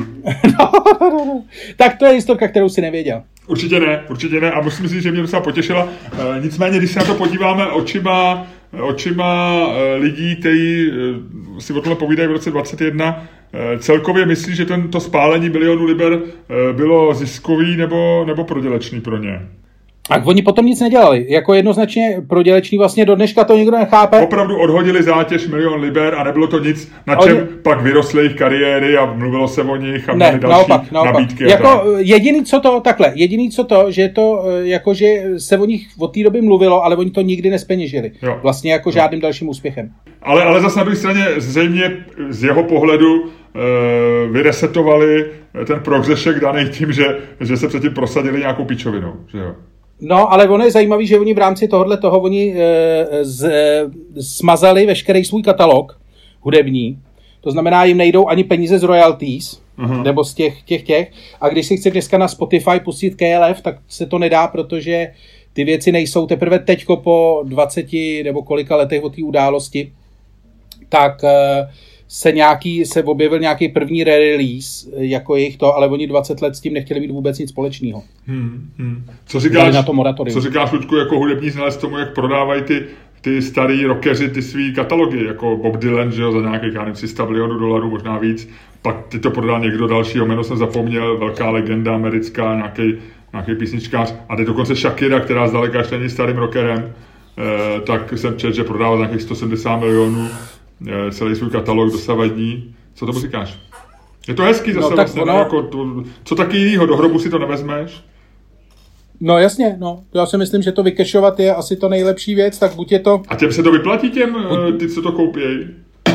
Tak to je historka, kterou si nevěděl. Určitě ne a musím říct, že mě docela potěšila. Nicméně, když se na to podíváme očima lidí, kteří si o tomhle povídají v roce 2021, celkově myslí, že to spálení 1 000 000 liber bylo ziskový nebo prodělečný pro ně. A oni potom nic nedělali. Jako jednoznačně prodělečný, vlastně do dneška to nikdo nechápe. Opravdu odhodili zátěž 1 000 000 liber a nebylo to nic, na čem pak vyrostly jejich kariéry a mluvilo se o nich a měli další nabídky. Jako jediný co to, že to, jakože se o nich od té doby mluvilo, ale oni to nikdy nespeněžili. Jo. Vlastně jako žádným dalším úspěchem. Ale zase na druhé straně zřejmě z jeho pohledu vyresetovali ten prohřešek daný tím, že se předtím prosadili nějakou pičovinou, že jo. No, ale ono je zajímavý, že oni v rámci toho oni smazali veškerý svůj katalog hudební. To znamená, jim nejdou ani peníze z royalties, nebo z těch. A když si chceš dneska na Spotify pustit KLF, tak se to nedá, protože ty věci nejsou teprve teďko po 20 nebo kolika letech od té události, se objevil nějaký první re-release, jako jejich to, ale oni 20 let s tím nechtěli mít vůbec nic společného. Co říkáš, Luďku, jako hudební znalec tomu, jak prodávají ty starý rockeři ty svý katalogy, jako Bob Dylan, že jo, za nějakých, $300 milionů, možná víc, pak ty to prodal někdo dalšího, jméno jsem zapomněl, velká legenda americká, nějaký písničkář, a teď dokonce Shakira, která zdaleka ještě není starým rockerem, tak jsem četl, že prodával nějakých 170 milionů celý svůj katalog dosavadní. Co tomu říkáš? Je to hezký zase vlastně, jako co taky jinýho, do hrobu si to nevezmeš? No jasně, já si myslím, že to vykešovat je asi to nejlepší věc, tak buď je to... A těm se to vyplatí ty, co to koupějí?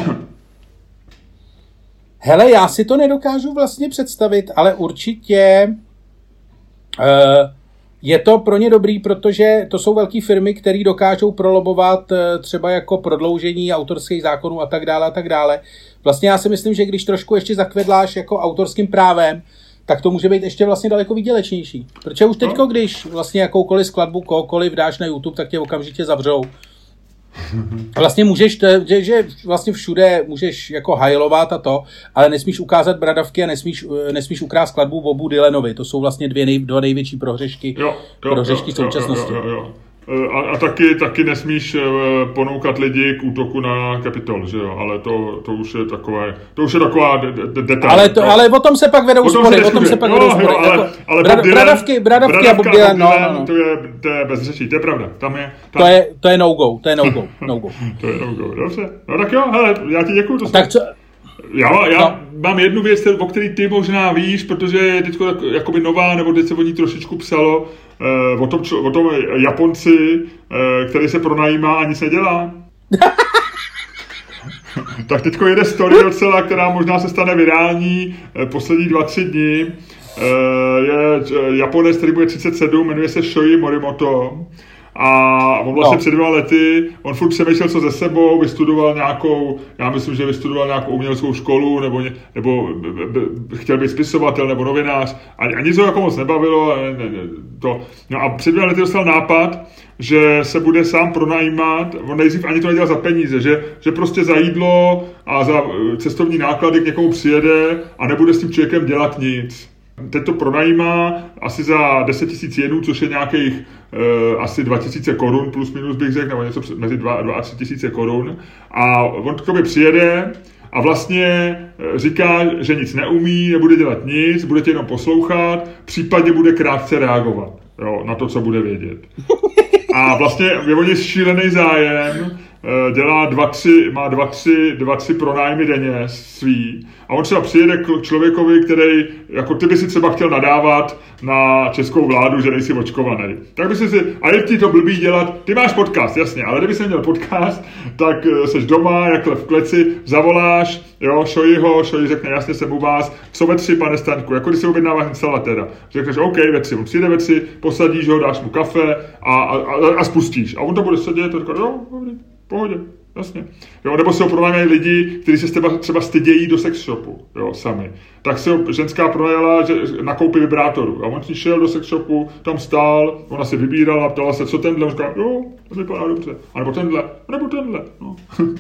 Hele, já si to nedokážu vlastně představit, ale určitě je to pro ně dobrý, protože to jsou velké firmy, které dokážou prolobovat třeba jako prodloužení autorských zákonů a tak dále. Vlastně já si myslím, že když trošku ještě zakvedláš jako autorským právem, tak to může být ještě vlastně daleko výdělečnější. Protože už teďko, když vlastně jakoukoliv skladbu kohokoliv dáš na YouTube, tak tě okamžitě zavřou. Vlastně můžeš, že vlastně všude můžeš jako hajlovat a to, ale nesmíš ukázat bradavky a nesmíš ukrást skladbu Bobu Dylanovi. To jsou vlastně dva největší prohřešky současnosti. Jo. A taky nesmíš ponoukat lidi k útoku na Kapitol, že jo, ale to už je taková detail. Ale o tom se pak vedou spory, ale bradavky a Bob Dylan, no. To je bez řečí, to je pravda. To je no-go. To je no-go, dobře. No tak jo, hele, já ti děkuju. Tak co? Já mám jednu věc, o který ty možná víš, protože je teď jakoby nová, nebo teď se o ní trošičku psalo, o tom Japonci, který se pronajímá a nic nedělá. Tak teďko jede story docela, která možná se stane virální poslední 2-3 dní. Je Japonec, který bude 37, jmenuje se Shoji Morimoto. A on vlastně před 2 lety, on furt přemýšlel co ze sebou, vystudoval nějakou uměleckou školu, nebo chtěl být spisovatel nebo novinář a nic ho jako moc nebavilo. No a před 2 lety dostal nápad, že se bude sám pronajímat, on nejdřív ani to nedělal za peníze, že prostě za jídlo a za cestovní náklady k někomu přijede a nebude s tím člověkem dělat nic. Teď to pronajímá asi za 10 000 jenů, což je nějakých asi 2 000 korun plus minus bych řekl, nebo něco mezi 2 a 3 000 korun. A on k tobě přijede a vlastně říká, že nic neumí, nebude dělat nic, bude tě jenom poslouchat, případně bude krátce reagovat, jo, na to, co bude vědět. A vlastně je o něj šílený zájem, dělá 2-3 pronájmy denně svý. A on třeba přijede k člověkovi, který, jako ty by si třeba chtěl nadávat na českou vládu, že nejsi očkovaný. Tak by si, a je ti to blbý dělat, ty máš podcast, jasně, ale kdyby jsi měl podcast, tak seš doma, jak v kleci, zavoláš, jo, Shoji řekne, jasně jsem u vás, co ve 3, pane Staňku, jako když si objednáváš instalatéra. Řekneš, OK, ve 3, on přijde ve 3, posadíš ho, dáš mu kafe a spustíš. A on to bude sedět a říká, jo, dobrý, pohodě. Jasně. Jo, nebo se ho pronajímají lidi, kteří se s teba třeba stydějí do sex shopu, jo, sami. Tak se ho ženská pronajala, že nakoupí vibrátoru. A on si šel do sex shopu, tam stál, ona si vybírala, ptala se, co tenhle, on říkal, jo, to vypadá dobře. A nebo tenhle, no.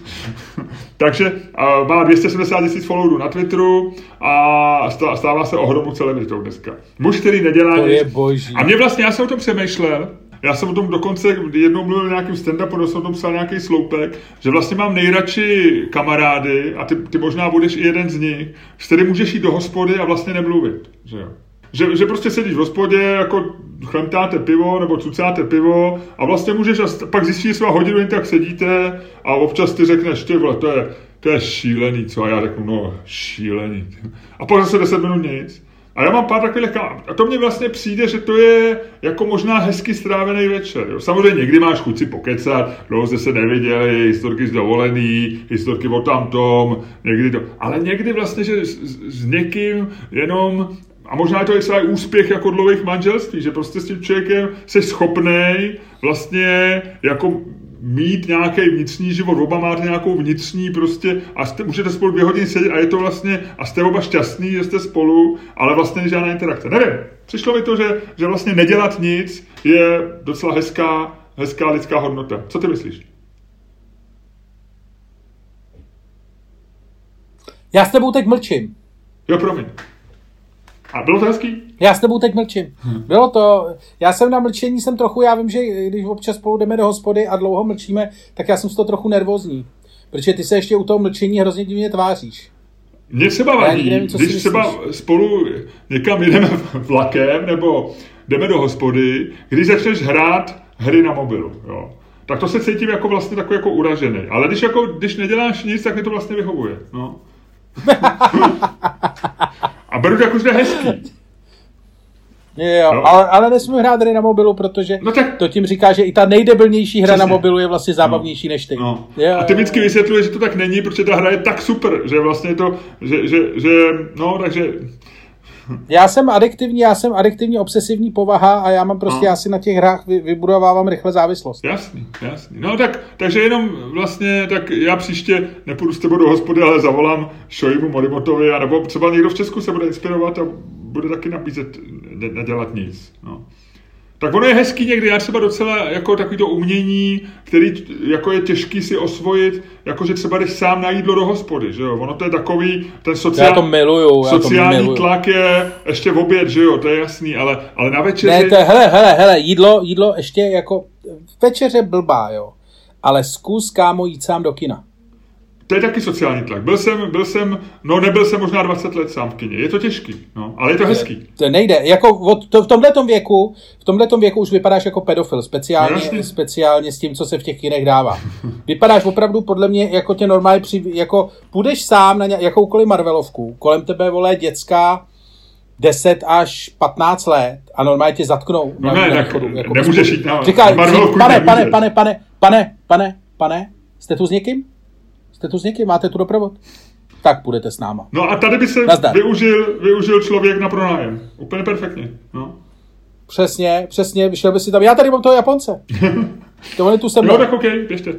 Takže má 270 000 followerů na Twitteru a stává se ohromnou celebritou dneska. Muž, který nedělá nic. A mě vlastně, já jsem o tom přemýšlel, já jsem o tom dokonce jednou mluvil v nějakým stand-upu, jsem o tom psal nějaký sloupek, že vlastně mám nejradši kamarády a ty možná budeš i jeden z nich, s kterým můžeš jít do hospody a vlastně nemluvit. Že prostě sedíš v hospodě, jako chlemtáte pivo nebo cucáte pivo a vlastně můžeš, a pak zjistíš svá hodinu, jen tak sedíte a občas ty řekneš, ty vole, to je šílený, co? A já řeknu, no, šílený. A pak zase 10 minut nic. A já mám pár takových, a to mně vlastně přijde, že to je jako možná hezky strávený večer. Jo. Samozřejmě někdy máš chuť si pokecat, dlouho jste se neviděli, historky z dovolený, historky o tamtom, někdy to. Ale někdy vlastně, že s někým jenom, a možná je to i celý úspěch jako dlouhých manželství, že prostě s tím člověkem jsi schopnej vlastně jako mít nějaký vnitřní život, oba máte nějakou vnitřní prostě a můžete spolu 2 hodiny sedět a je to vlastně, a jste oba šťastný, že jste spolu, ale vlastně žádná interakce. Nevím, přišlo mi to, že vlastně nedělat nic je docela hezká lidská hodnota. Co ty myslíš? Já s tebou teď mlčím. Jo, promiň. A bylo to hezký? Já s tebou teď mlčím. Bylo to, já jsem na mlčení, já vím, že když občas spolu jdeme do hospody a dlouho mlčíme, tak já jsem z toho trochu nervózní. Protože ty se ještě u toho mlčení hrozně divně tváříš. Mně třeba vadí, když třeba spolu někam jdeme vlakem nebo jdeme do hospody, když začneš hrát hry na mobilu, jo. Tak to se cítím jako vlastně takový jako uražený. Ale když neděláš nic, tak mi to vlastně vyhovuje. No. A beru to jako, že je hezký. Jo, no. ale nesmím hrát hry na mobilu, protože to tím říká, že i ta nejdebilnější hra na mobilu je vlastně zábavnější než ty. No. A ty vždycky vysvětluješ, že to tak není, protože ta hra je tak super, že vlastně to, takže... Já jsem adiktivní obsesivní povaha a já mám prostě, já si na těch hrách vybudovávám rychle závislost. Jasný. No takže jenom vlastně, tak já příště nepůjdu s tebou do hospody, ale zavolám Šojimu Morimotovi, anebo třeba někdo v Česku se bude inspirovat a bude taky nabízet nedělat nic. No. Tak ono je hezký někdy, já třeba docela jako takový to umění, který jako je těžký si osvojit, jakože třeba jdeš sám na jídlo do hospody, že jo, ono to je takový, ten sociální tlak je ještě v oběd, že jo, to je jasný, ale na večeři... Ne, to je, hele, jídlo ještě jako večeře blbá, jo, ale zkus, kámo, jít sám do kina. To je taky sociální tlak. Nebyl jsem možná 20 let sám v kině. Je to těžký, no, ale je to hezký. To nejde. Jako v tomhletom věku už vypadáš jako pedofil, speciálně s tím, co se v těch kinech dává. Vypadáš opravdu podle mě jako tě normálně jako půjdeš sám na jakoukoliv Marvelovku, kolem tebe volé děcka 10 až 15 let a normálně tě zatknou. No jako nemůžeš jít na Marvelovku. Pane, jste tu s někým? Máte tu doprovod? Tak půjdete s náma. No a tady by se využil člověk na pronájem. Úplně perfektně. No. Přesně. Šel by si tam. Já tady mám toho Japonce. Tohle tu se mnou. No tak okej, běžte.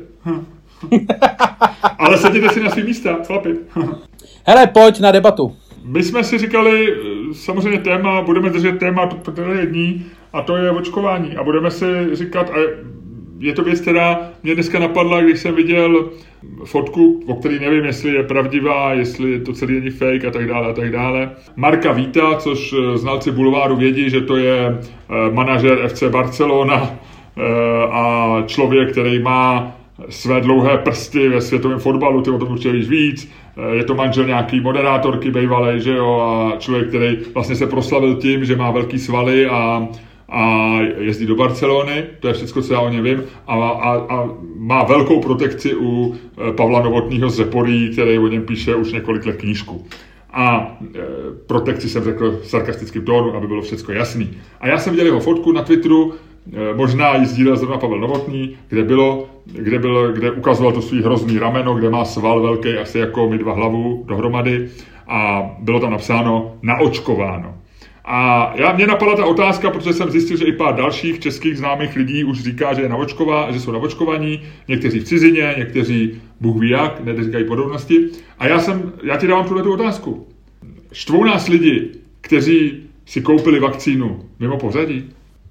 Ale sedíte si na svý místa, chlapi. Hele, pojď na debatu. My jsme si říkali, samozřejmě budeme držet téma dní a to je očkování. A budeme si říkat, a je to věc, která mě dneska napadla, když jsem viděl fotku, o který nevím, jestli je pravdivá, jestli to celý není fake a tak dále. Marka Víta, což znalci bulváru vědí, že to je manažer FC Barcelona a člověk, který má své dlouhé prsty ve světovém fotbalu, ty o tom určitě víš víc. Je to manžel nějaký moderátorky bejvalej, že jo, a člověk, který vlastně se proslavil tím, že má velký svaly a jezdí do Barcelony, to je všechno, co já o něm vím, a má velkou protekci u Pavla Novotného z Řeporí, který o něm píše už několik let knížku. A protekci jsem řekl v sarkastickém tónu, aby bylo všechno jasný. A já jsem viděl jeho fotku na Twitteru, možná ji sdílel zrovna Pavel Novotný, kde ukazoval to svý hrozný rameno, kde má sval velký, asi jako my dva hlavu dohromady, a bylo tam napsáno naočkováno. A mě napadla ta otázka, protože jsem zjistil, že i pár dalších českých známých lidí už říká, že jsou naočkovaní, někteří v cizině, někteří Bůh ví jak, neříkají podobnosti. A já ti dávám tuhletu otázku. Štvou nás lidi, kteří si koupili vakcínu mimo pořadí?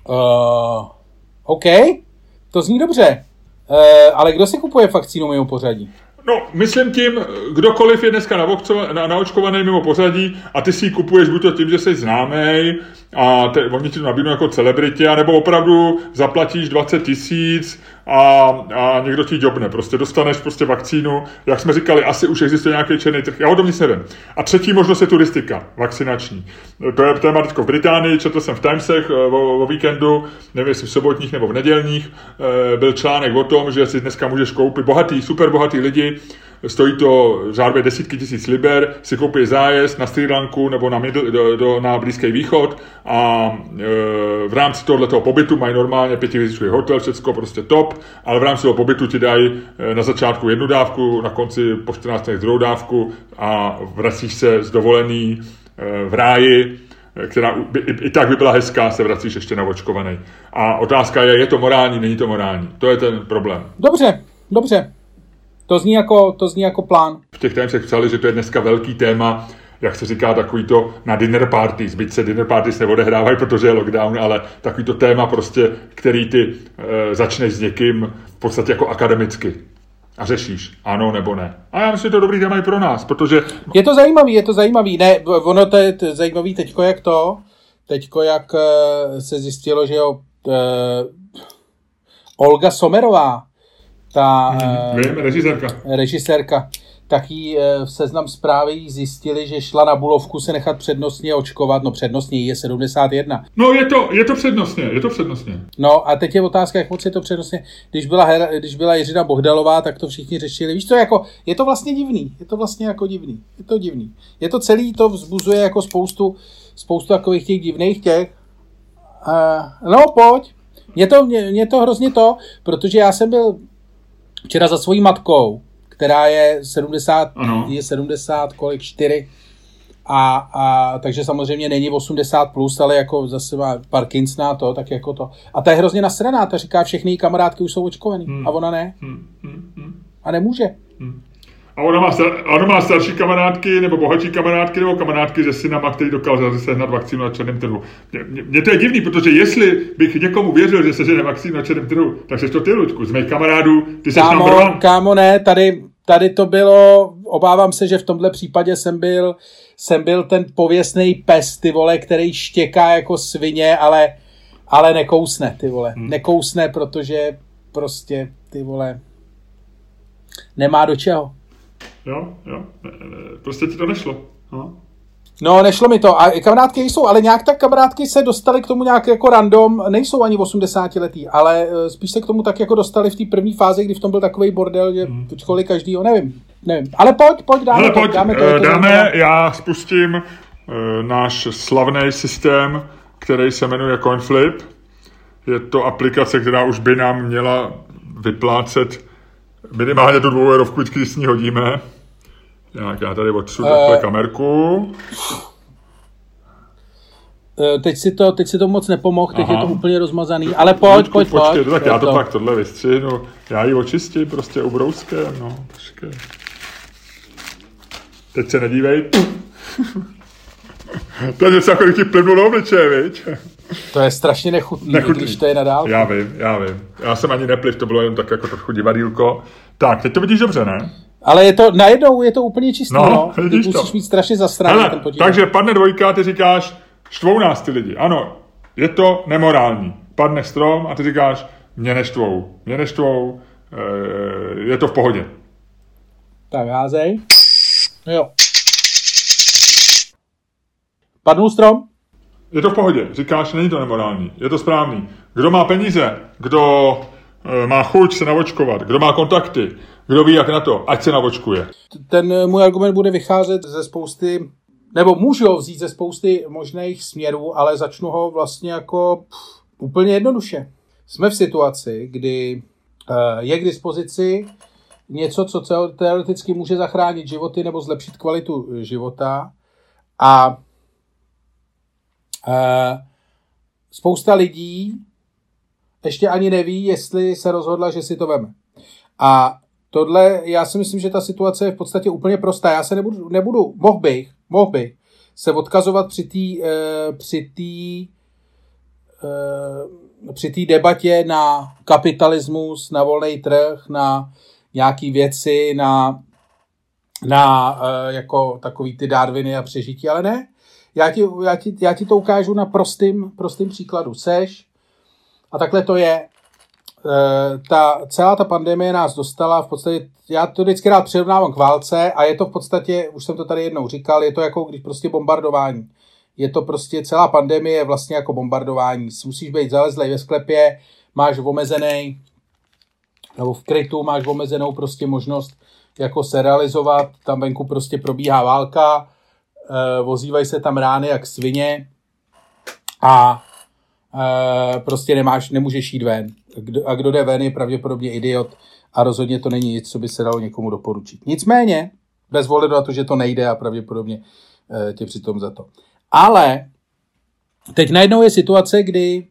OK, to zní dobře. Ale kdo si kupuje vakcínu mimo pořadí? No, myslím tím, kdokoliv je dneska naočkovaný mimo pořadí a ty si ji kupuješ buď to tím, že jsi známej a oni ti to nabídnou jako celebritě, anebo opravdu zaplatíš 20 000 a někdo ti jobne. Prostě dostaneš prostě vakcínu. Jak jsme říkali, asi už existuje nějaký černý trh. Já o tom nic nevím. A třetí možnost je turistika, vakcinační. To je téma teďko v Británii, četl jsem v Timesech o víkendu, nevím, jestli v sobotních nebo v nedělních, byl článek o tom, že si dneska můžeš koupit super bohatý lidi, stojí to řádově desítky tisíc liber, si koupí zájezd na Srí Lanku nebo na Blízký východ a v rámci tohoto pobytu mají normálně 5hvězdičkový hotel, všecko prostě top, ale v rámci toho pobytu ti dají na začátku jednu dávku, na konci po 14 dnech druhou dávku a vracíš se z dovolený v ráji, která i tak by byla hezká, se vracíš ještě naočkovaný. A otázka je to morální, není to morální. To je ten problém. Dobře. To zní jako plán. V těch Timesech psali, že to je dneska velký téma, jak se říká, takový to na dinner parties. Byť se dinner parties neodehrávají, protože je lockdown, ale takový to téma prostě, který ty začneš s někým v podstatě jako akademicky. a řešíš ano nebo ne. A já myslím, že to dobrý téma i pro nás, protože... Je to zajímavý. Ne, ono to je zajímavý teďko jak se zjistilo, že jo, Olga Sommerová, ta režisérka, tak jí v Seznam Zprávy zjistili, že šla na Bulovku se nechat přednostně očkovat. No přednostně je 71. No je to přednostně. No a teď je otázka, jak moc je to přednostně. Když byla Jiřina Bohdalová, tak to všichni řešili. Víš co, jako, je to vlastně divný. Je to vlastně jako divný. Je to divný. Je to celý, to vzbuzuje jako spoustu takových těch divných těch. No pojď. Mě to hrozně protože já jsem byl včera za svojí matkou, která je 4 a takže samozřejmě není 80+, ale jako zase má Parkinsona tak jako to. A ta je hrozně nasraná, ta říká, všechny kamarádky už jsou očkovaný a ona ne. A nemůže. A ona má starší kamarádky, nebo bohatší kamarádky, nebo kamarádky se synama, který dokázal sehnat vakcínu na černém trhu. Mně to je divný, protože jestli bych někomu věřil, že se žene vakcínu na černém trhu, tak seš to ty, Luďku, z mých kamarádů, ty seš number one. Kámo, ne, tady to bylo, obávám se, že v tomhle případě jsem byl ten pověstný pes, ty vole, který štěká jako svině, ale nekousne, ty vole. Nekousne, protože prostě, ty vole, nemá do čeho. Jo, prostě ti to nešlo. No, nešlo mi to. A kamarádky jsou, ale nějak tak kamarádky se dostaly k tomu nějak jako random, nejsou ani 80letý, ale spíš se k tomu tak jako dostali v té první fázi, kdy v tom byl takový bordel, že počkali každýho, nevím. Ale pojď, dáme. Já spustím náš slavný systém, který se jmenuje CoinFlip. Je to aplikace, která už by nám měla vyplácet minimálně tu 2 eurovku, když s ní hodíme. Já tady otřu takhle kamerku. Teď si to moc nepomohl, teď je to úplně rozmazaný, ale pojď. Počkej, tak já to pak tohle vystřihnu. Já ji očistím prostě ubrouskem, no, počkej. Teď se nedívej. To je něco, jako když ti plivnul do obličeje, viď? To je strašně nechutný, když to je na dálku. Já vím. Já jsem ani nepliv, to bylo jen tak jako trochu divadýlko. Tak, teď to vidíš dobře, ne? Ale najednou je to úplně čistý, no. Ty musíš mít strašně zasraný ten podíl. Takže padne 2, ty říkáš, štvou nás ty lidi. Ano, je to nemorální. Padne strom a ty říkáš, mě neštvou, je to v pohodě. Tak házej. Jo. Padnul strom? Je to v pohodě. Říkáš, není to nemorální. Je to správný. Kdo má peníze, kdo má chuť se navočkovat, kdo má kontakty, kdo ví jak na to, ať se navočkuje. Ten můj argument bude vycházet ze spousty, nebo můžu ho vzít ze spousty možných směrů, ale začnu ho vlastně jako úplně jednoduše. Jsme v situaci, kdy je k dispozici něco, co teoreticky může zachránit životy nebo zlepšit kvalitu života a spousta lidí ještě ani neví, jestli se rozhodla, že si to veme. A tohle, já si myslím, že ta situace je v podstatě úplně prostá. Já se mohl bych se odkazovat při té debatě na kapitalismus, na volný trh, na nějaký věci, na jako takový ty Darwiny a přežití, ale ne. Já ti to ukážu na prostým příkladu. Seš a takhle to je. Celá ta pandemie nás dostala v podstatě, já to vždycky rád přirovnávám k válce a je to v podstatě, už jsem to tady jednou říkal, je to jako když prostě bombardování. Je to prostě celá pandemie je vlastně jako bombardování. Musíš být zalezlej ve sklepě, máš omezený, nebo v krytu máš omezenou prostě možnost jako se realizovat, tam venku prostě probíhá válka, ozývají se tam rány jak svině a prostě nemůžeš jít ven. A kdo jde ven, je pravděpodobně idiot a rozhodně to není nic, co by se dalo někomu doporučit. Nicméně, bez ohledu na to, že to nejde a pravděpodobně tě přitom za to. Ale teď najednou je situace, kdy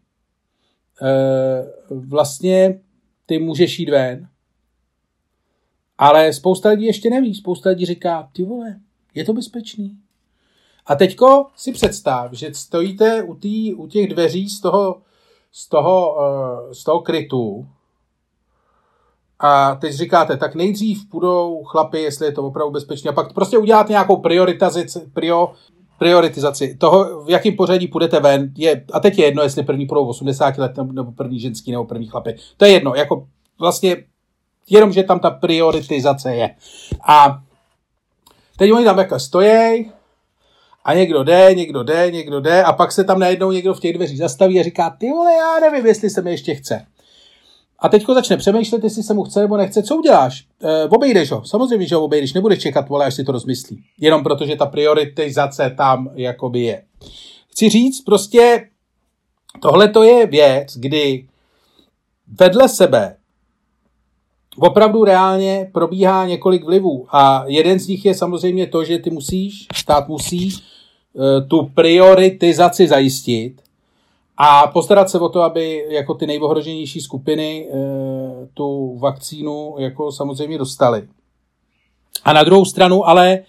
vlastně ty můžeš jít ven, ale spousta lidí ještě neví. Spousta lidí říká, ty vole, je to bezpečný. A teďko si představ, že stojíte u těch dveří z toho krytu A teď říkáte, tak nejdřív půjdou chlapi, jestli je to opravdu bezpečné, a pak prostě udělat nějakou prioritizaci toho, v jakém pořadí půjdete ven. A teď je jedno, jestli první půjdou 80 let, nebo první ženský, nebo první chlapy. To je jedno, jako vlastně jenom, že tam ta prioritizace je. A teď oni tam jako stojí a někdo jde a pak se tam najednou někdo v těch dveřích zastaví a říká, ty vole, já nevím, jestli se mi ještě chce. A teďko začne přemýšlet, jestli se mu chce nebo nechce. Co uděláš? Obejdeš ho. Samozřejmě, že ho obejdeš. Nebudeš čekat, vole, až si to rozmyslí. Jenom protože ta prioritizace tam jakoby je. Chci říct, prostě tohle to je věc, kdy vedle sebe opravdu reálně probíhá několik vlivů. A jeden z nich je samozřejmě to, že stát musí tu prioritizaci zajistit a postarat se o to, aby jako ty nejohroženější skupiny tu vakcínu jako samozřejmě dostaly. A na druhou stranu ale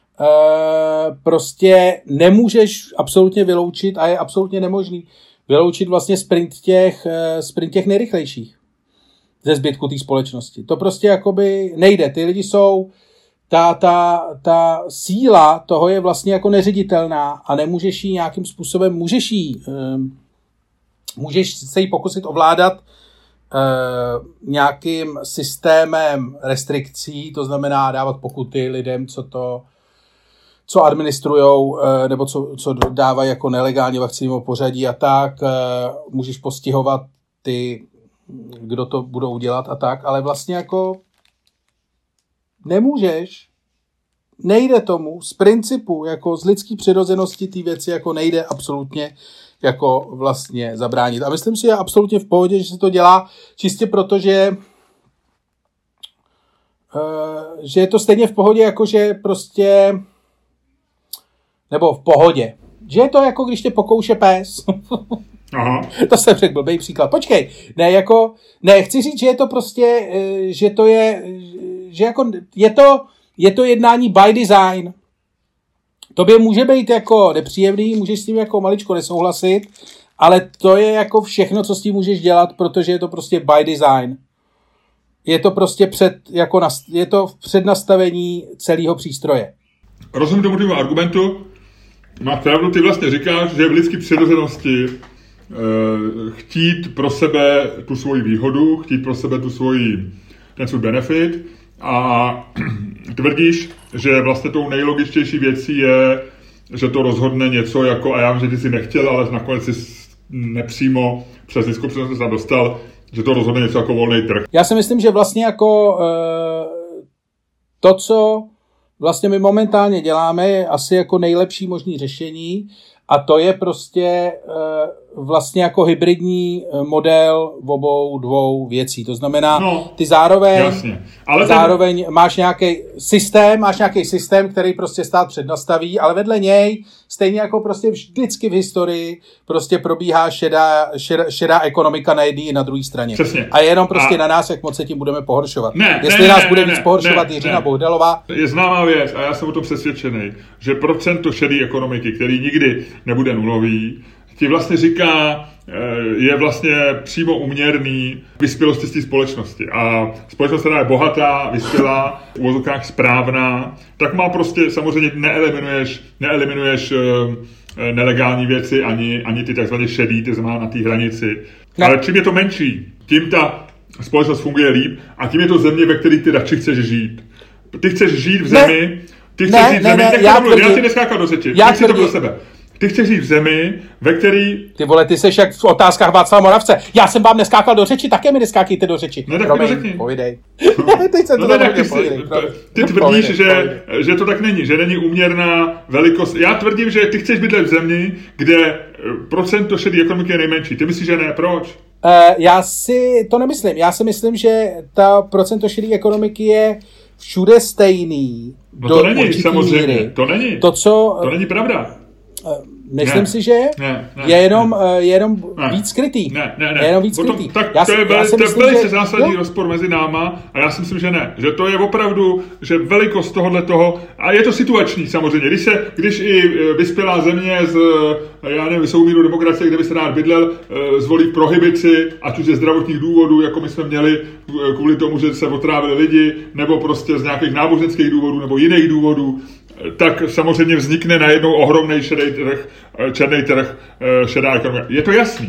prostě nemůžeš absolutně vyloučit a je absolutně nemožný vyloučit vlastně sprint těch nejrychlejších ze zbytku té společnosti. To prostě jakoby nejde. Ty lidi jsou, ta síla toho je vlastně jako neředitelná a nemůžeš jí nějakým způsobem, můžeš se jí pokusit ovládat nějakým systémem restrikcí, to znamená dávat pokuty lidem, co administrujou, nebo co dávají jako nelegálně vakcínu pořadí a tak. Můžeš postihovat ty, kdo to budou dělat a tak, ale vlastně jako nemůžeš, nejde tomu z principu, jako z lidský přirozenosti té věci jako nejde absolutně jako vlastně zabránit. A myslím si, že je absolutně v pohodě, že se to dělá čistě proto, že je to stejně v pohodě, jako že prostě nebo v pohodě. Že je to jako když tě pokouše pes. Aha. To jsem řekl blbej příklad. Počkej, chci říct, že je to prostě, že jako je to jednání by design. Tobě může být jako nepříjemný, můžeš s tím jako maličko nesouhlasit, ale to je jako všechno, co s tím můžeš dělat, protože je to prostě by design. Je to prostě je to v přednastavení celého přístroje. Rozumím tomu tvému argumentu. Máš pravdu, ty vlastně říkáš, že v lidské přirozenosti chtít pro sebe tu svoji výhodu, chtít pro sebe ten svůj benefit a tvrdíš, že vlastně tou nejlogičtější věcí je, že to rozhodne něco jako, a já vím, že ty jsi nechtěl, ale nakonec jsi nepřímo přes lidskou přirozenost se dostal, že to rozhodne něco jako volný trh. Já si myslím, že vlastně jako to, co vlastně my momentálně děláme, je asi jako nejlepší možný řešení a to je prostě vlastně jako hybridní model v obou dvou věcí. To znamená, ty zároveň máš nějaký systém, který prostě stát přednastaví, ale vedle něj, stejně jako prostě vždycky v historii, prostě probíhá šedá ekonomika na jedné i na druhé straně. Přesně. A je jenom prostě na nás, jak moc se tím budeme pohoršovat. Jestli nás bude víc pohoršovat Jiřina Bohdalová. Je známá věc a já jsem o tom přesvědčený, že procento šedé ekonomiky, který nikdy nebude nulový, ti vlastně říká, je vlastně přímo uměrný vyspělosti z té společnosti. A společnost, která je bohatá, vyspělá, v uvozovkách správná, tak má prostě, samozřejmě neeliminuješ nelegální věci, ani ty takzvaně šedý, ty znamená na té hranici. Ne. Ale čím je to menší, tím ta společnost funguje líp a tím je to země, ve které ty radši chceš žít. Ty chceš žít v zemi, já ti neskákal do řeči, ty si to pro sebe. Ty chceš žít v zemi, ve který... Ty vole, ty seš jak v otázkách Václava Moravce. Já jsem vám neskákal do řeči, také mi neskákejte do řeči. No tak mi to řekni. Povídej. Teď jsem ty tvrdíš, že to tak není, že není úměrná velikost. Já tvrdím, že ty chceš bydlet v zemi, kde procento šedé ekonomiky je nejmenší. Ty myslíš, že ne? Proč? Já si to nemyslím. Já si myslím, že ta procento šedé ekonomiky je všude stejný. No to není, samozřejmě. Míry. To není. To není pravda. Myslím si, že je jenom víc skrytý. Ne. Je jenom víc skrytý. Tak to je velice zásadní rozpor mezi náma a já si myslím, že ne. Že to je opravdu, že velikost tohoto, a je to situační samozřejmě. Když i vyspělá země z soumíru demokracie, kde by se rád bydlel, zvolí prohibici, ať už ze zdravotních důvodů, jako my jsme měli kvůli tomu, že se otrávili lidi, nebo prostě z nějakých náboženských důvodů, nebo jiných důvodů, tak samozřejmě vznikne najednou ohromný černý trh, šedá ekonomika. Je to jasný,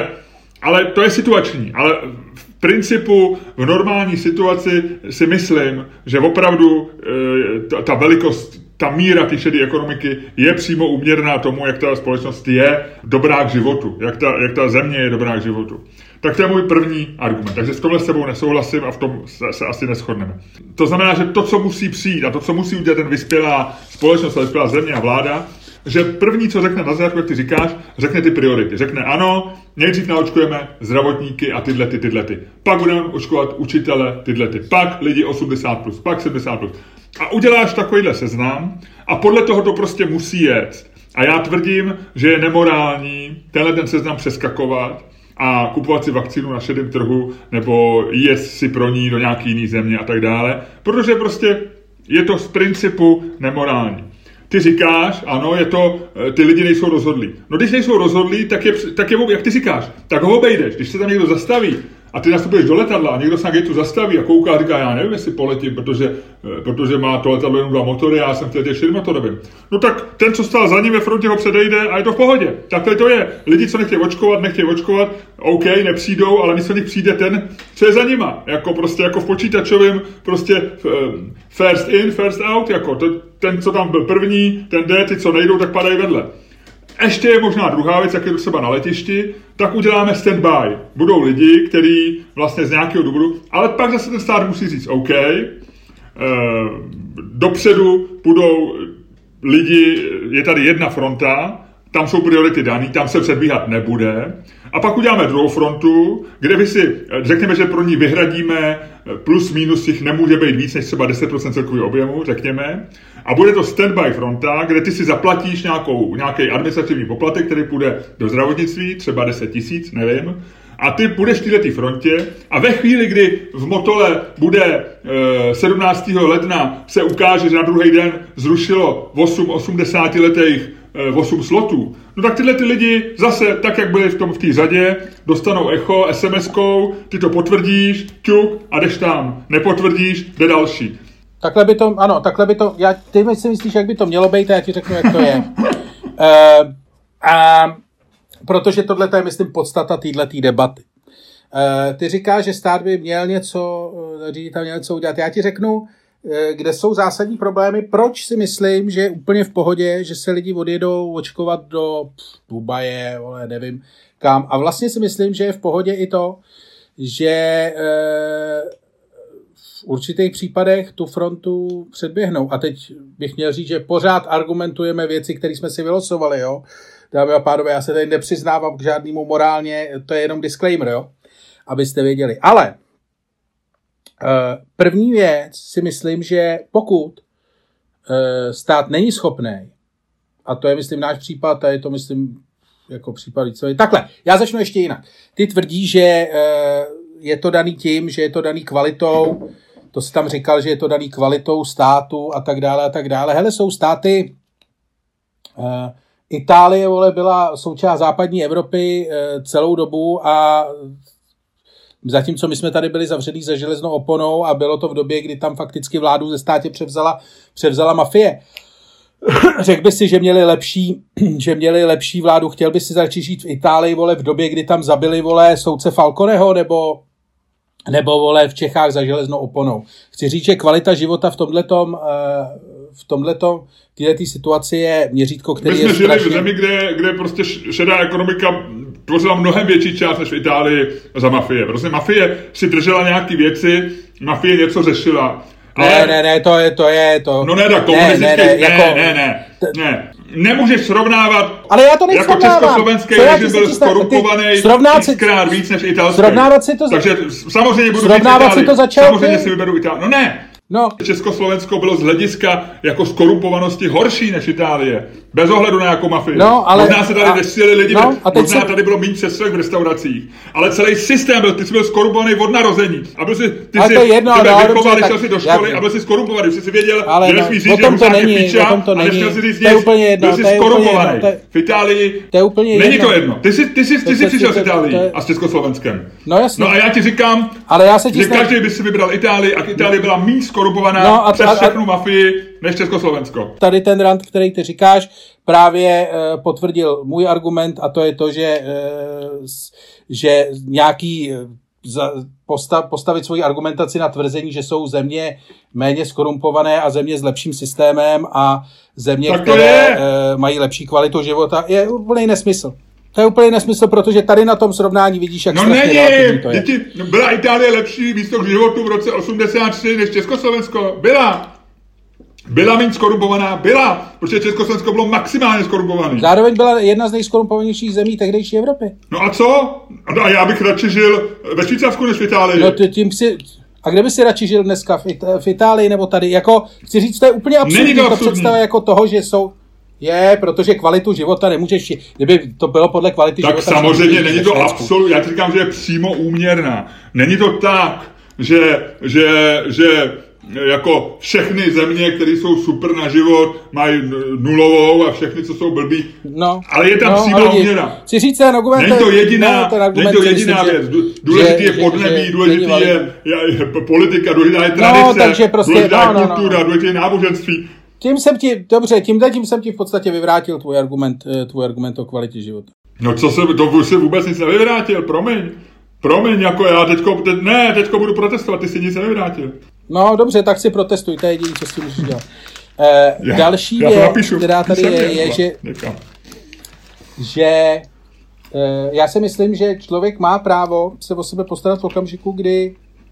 ale to je situační. Ale v principu v normální situaci si myslím, že opravdu ta velikost, ta míra té šedé ekonomiky je přímo úměrná tomu, jak ta společnost je dobrá k životu, jak ta země je dobrá k životu. Tak to je můj první argument. Takže v tomhle s sebou nesouhlasím a v tom se asi neshodneme. To znamená, že to, co musí přijít a to, co musí udělat ten vyspělá společnost a vyspělá země a vláda, že první, co řekne na začátku, jak ty říkáš, řekne ty priority. Řekne ano, nejdřív naočkujeme zdravotníky a tyhle. Pak budeme očkovat učitele, pak lidi 80+, pak 70+. A uděláš takovýhle seznam a podle toho to prostě musí jet. A já tvrdím, že je nemorální tenhle ten seznam přeskakovat a kupovat si vakcínu na šedém trhu nebo jet si pro ní do nějaký jiný země a tak dále, protože prostě je to z principu nemorální. Ty říkáš, ano, ty lidi nejsou rozhodlí. No když nejsou rozhodlí, tak je jak ty říkáš, tak ho obejdeš. Když se tam někdo zastaví a ty nastupuješ do letadla a někdo se na gateu zastaví a kouká a říká, já nevím, jestli poletím, protože má to letadlo jenom 2 motory a já jsem chtěl těch 4motorovým. No tak ten, co stál za ním ve frontě, ho předejde a je to v pohodě. Takhle to je. Lidi, co nechtějí očkovat, OK, nepřijdou, ale místo nich přijde ten, co je za nima. Jako v počítačovém, prostě first in, first out, jako ten, co tam byl první, ten jde, ty, co nejdou, tak padají vedle. Ještě je možná druhá věc, jak je to třeba na letišti, tak uděláme stand-by. Budou lidi, kteří vlastně z nějakého důvodu, ale pak zase ten stát musí říct, OK, dopředu budou lidi, je tady jedna fronta, tam jsou priority daný, tam se předbíhat nebude. A pak uděláme druhou frontu, kde řekněme, že pro ní vyhradíme plus minus těch nemůže být víc než třeba 10% celkového objemu, řekněme. A bude to standby fronta, kde ty si zaplatíš nějaký administrativní poplatek, který půjde do zdravotnictví, třeba 10 000, nevím. A ty půjdeš v této frontě a ve chvíli, kdy v Motole bude 17. ledna, se ukáže, že na druhý den zrušilo 80letých 8 slotů, no tak tyhle ty lidi zase, tak jak byli v té řadě, dostanou echo, SMS-kou, ty to potvrdíš, ťuk a jdeš tam. Nepotvrdíš, jde další. Takhle by to, ty si myslíš, jak by to mělo být a já ti řeknu, jak to je. Protože tohle je, myslím, podstata této debaty. Ty říkáš, že stát by měl něco udělat. Já ti řeknu, kde jsou zásadní problémy, proč si myslím, že je úplně v pohodě, že se lidi odjedou očkovat do Dubaje, nevím kam. A vlastně si myslím, že je v pohodě i to, že v určitých případech tu frontu předběhnou. A teď bych měl říct, že pořád argumentujeme věci, které jsme si vylosovali, jo. Dámy a pánové, já se tady nepřiznávám k žádnému morálně, to je jenom disclaimer, jo, abyste věděli. Ale první věc si myslím, že pokud stát není schopný, a to je, myslím, náš případ, a je to, myslím, jako případ více. Takhle, já začnu ještě jinak. Ty tvrdíš, že je to daný tím, že je to daný kvalitou, to jsi tam říkal, že je to daný kvalitou státu a tak dále, a tak dále. Hele, jsou státy, Itálie, byla součást západní Evropy celou dobu a zatímco my jsme tady byli zavřený za železnou oponou a bylo to v době, kdy tam fakticky vládu ze státě převzala mafie. Řekl by si, že měli lepší vládu. Chtěl by si začít žít v Itálii, v době, kdy tam zabili, soudce Falconeho, nebo v Čechách za železnou oponou. Chci říct, že kvalita života v této situaci je měřítko, který je strašně... My jsme žili v zemi, kde prostě šedá ekonomika tvořila mnohem větší část než v Itálii za mafie. Prostě mafie si držela nějaký věci, mafie něco řešila. Ale... Ne, to je to. No ne, tak komunistický, ne. Nemůžeš srovnávat, ale já to jako československý režim byl skorupovaný xkrát víc než italský. Srovnávat si to... Takže samozřejmě budu srovnávat si to začal samozřejmě si vyberu Itálii. No ne, No. Československo bylo z hlediska jako skorumpovanosti horší než Itálie. Bez ohledu na jakou mafii. No, ale, možná se tady nestříleli lidi, možná se... tady bylo méně přestřelek v restauracích. Ale celý systém byl, ty jsi byl skorumpovaný od narození. A byl si, ty si vychovali, šel si do školy a byl si skorumpovaný. Jsi si věděl, že nesmíš říct, že Rusák je píča a nechtěl si říct nic. Byl jsi skorumpovaný. V Itálii není to jedno. Ty jsi přišel z Itálii a s Československem. No jasně. No a já ti říkám, že každý by si vybral Itálii a Itálie byla méně skorumpovaná přes všechnu mafii než Československo. Tady ten rant, který ty říkáš, právě potvrdil můj argument a to je to, že nějaký postavit svoji argumentaci na tvrzení, že jsou země méně skorumpované a země s lepším systémem a země, které mají lepší kvalitu života, je úplný nesmysl. To je úplný nesmysl, protože tady na tom srovnání vidíš, jak strašně relativní to je. Byla Itálie lepší místo k životu v roce 83 než Československo? Byla méně skorumpovaná? Byla, protože Československo bylo maximálně skorumpovaný. Zároveň byla jedna z nejskorumpovanějších zemí tehdejší Evropy. No a co? A já bych radši žil ve Švýcarsku než v Itálii. No a kde by si radši žil dneska? V Itálii nebo tady? Jako, chci říct, to je úplně absurdní. To představa jako toho, že jsou... protože kvalitu života nemůžeš... Kdyby to bylo podle kvality tak života... Tak samozřejmě není to absolutně... Já ti říkám, že je přímo úměrná. Není to tak, že jako všechny země, které jsou super na život, mají nulovou a všechny, co jsou blbí. No, ale je tam přímá úměra. Chci říct ten argument... Není to jediná věc. Důležitý je podnebí, důležitý je politika, důležitá je tradice, důležitá je kultura, důležité je náboženství. Tím jsem ti v podstatě vyvrátil tvůj argument o kvalitě života. No to se vůbec nic nevyvrátil, promiň, jako já teďko budu protestovat, ty si nic nevyvrátil. No dobře, tak si protestuj, to je jediné, co si můžeš dělat. Další věc, která tady je že já si myslím, že člověk má právo se o sebe postarat v okamžiku, kdy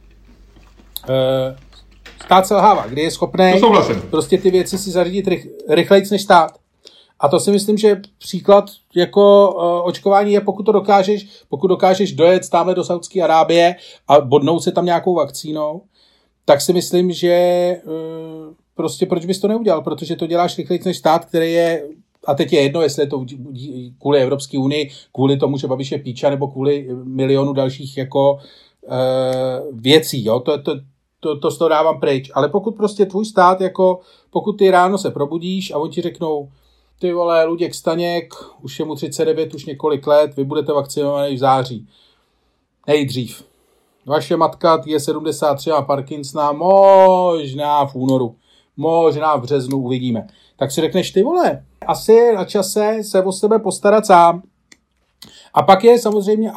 stát selhává, kdy je schopný prostě ty věci si zařídit rychlejc než stát. A to si myslím, že příklad jako očkování je, pokud dokážeš dojet tamhle do Saudské Arábie a bodnout se tam nějakou vakcínou, tak si myslím, že prostě proč bys to neudělal, protože to děláš rychlejc než stát, který je, a teď je jedno, jestli je to kvůli Evropské unii, kvůli tomu, že Babiš je píča, nebo kvůli milionu dalších jako věcí, jo, to z toho dávám pryč, ale pokud prostě tvůj stát, jako pokud ty ráno se probudíš a oni ti řeknou, ty vole, Luděk Staněk, už je mu 39, už několik let, vy budete vakcinovaný v září. Nejdřív. Vaše matka je 73 a Parkinsona, možná v únoru, možná v březnu, uvidíme. Tak si řekneš, ty vole, asi je na čase se o sebe postarat sám. A pak je samozřejmě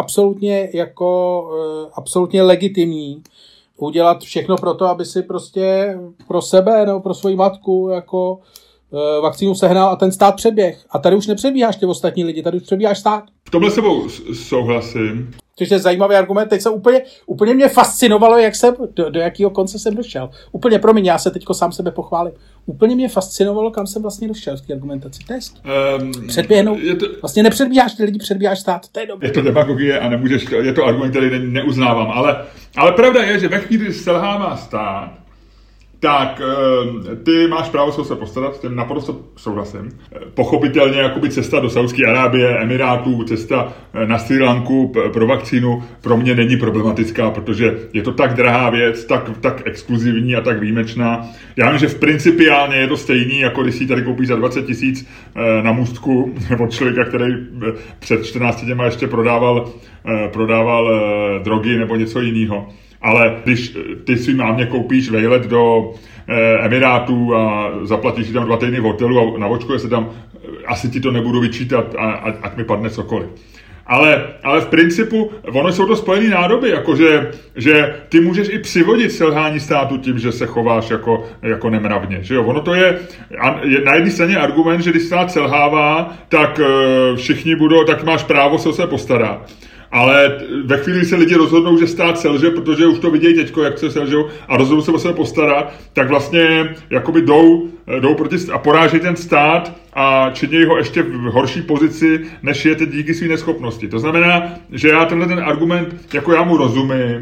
absolutně legitimní udělat všechno pro to, aby si prostě pro sebe nebo pro svoji matku jako vakcínu sehnal a ten stát předběh. A tady už nepředbíháš ty ostatní lidi, tady už předbíháš stát. V tomhle sebou souhlasím. Což je zajímavý argument. Teď se úplně mě fascinovalo, jak jsem, do jakého konce jsem došel. Úplně, promiň, já se teďko sám sebe pochválím. Úplně mě fascinovalo, kam jsem vlastně došel v té argumentaci. To je předběhnout. Vlastně nepředbíháš ty lidi, předbíháš stát. To je dobré. Je to demagogie a nemůžeš, je to argument, který neuznávám. Ale pravda je, že ve chvíli, kdy selhává stát, tak ty máš právo se postarat, s tím naprosto souhlasím. Pochopitelně jakoby cesta do Saudské Arábie, Emirátů, cesta na Srí Lanku pro vakcínu pro mě není problematická, protože je to tak drahá věc, tak exkluzivní a tak výjimečná. Já vím, že v principiálně je to stejný, jako když si tady koupíš za 20 000 na můstku od člověka, který před 14 dněma ještě prodával drogy nebo něco jiného. Ale když ty svým mámě koupíš vejlet do Emirátů a zaplatíš si tam 2 týdny v hotelu a navočkuje se tam, asi ti to nebudu vyčítat, ať mi padne cokoliv. Ale v principu, ono jsou to spojený nádoby, jakože že ty můžeš i přivodit selhání státu tím, že se chováš jako nemravně. Že jo? Ono to je na jedné straně argument, že když stát selhává, tak všichni tak máš právo se o sebe postarat. Ale ve chvíli, kdy se lidi rozhodnou, že stát selže, protože už to vidějí teďko, jak se selžou a rozhodnou se o sebe postarat, tak vlastně jakoby jdou proti a porážejí ten stát a činí ho ještě v horší pozici, než je teď díky své neschopnosti. To znamená, že já tenhle ten argument, jako já mu rozumím,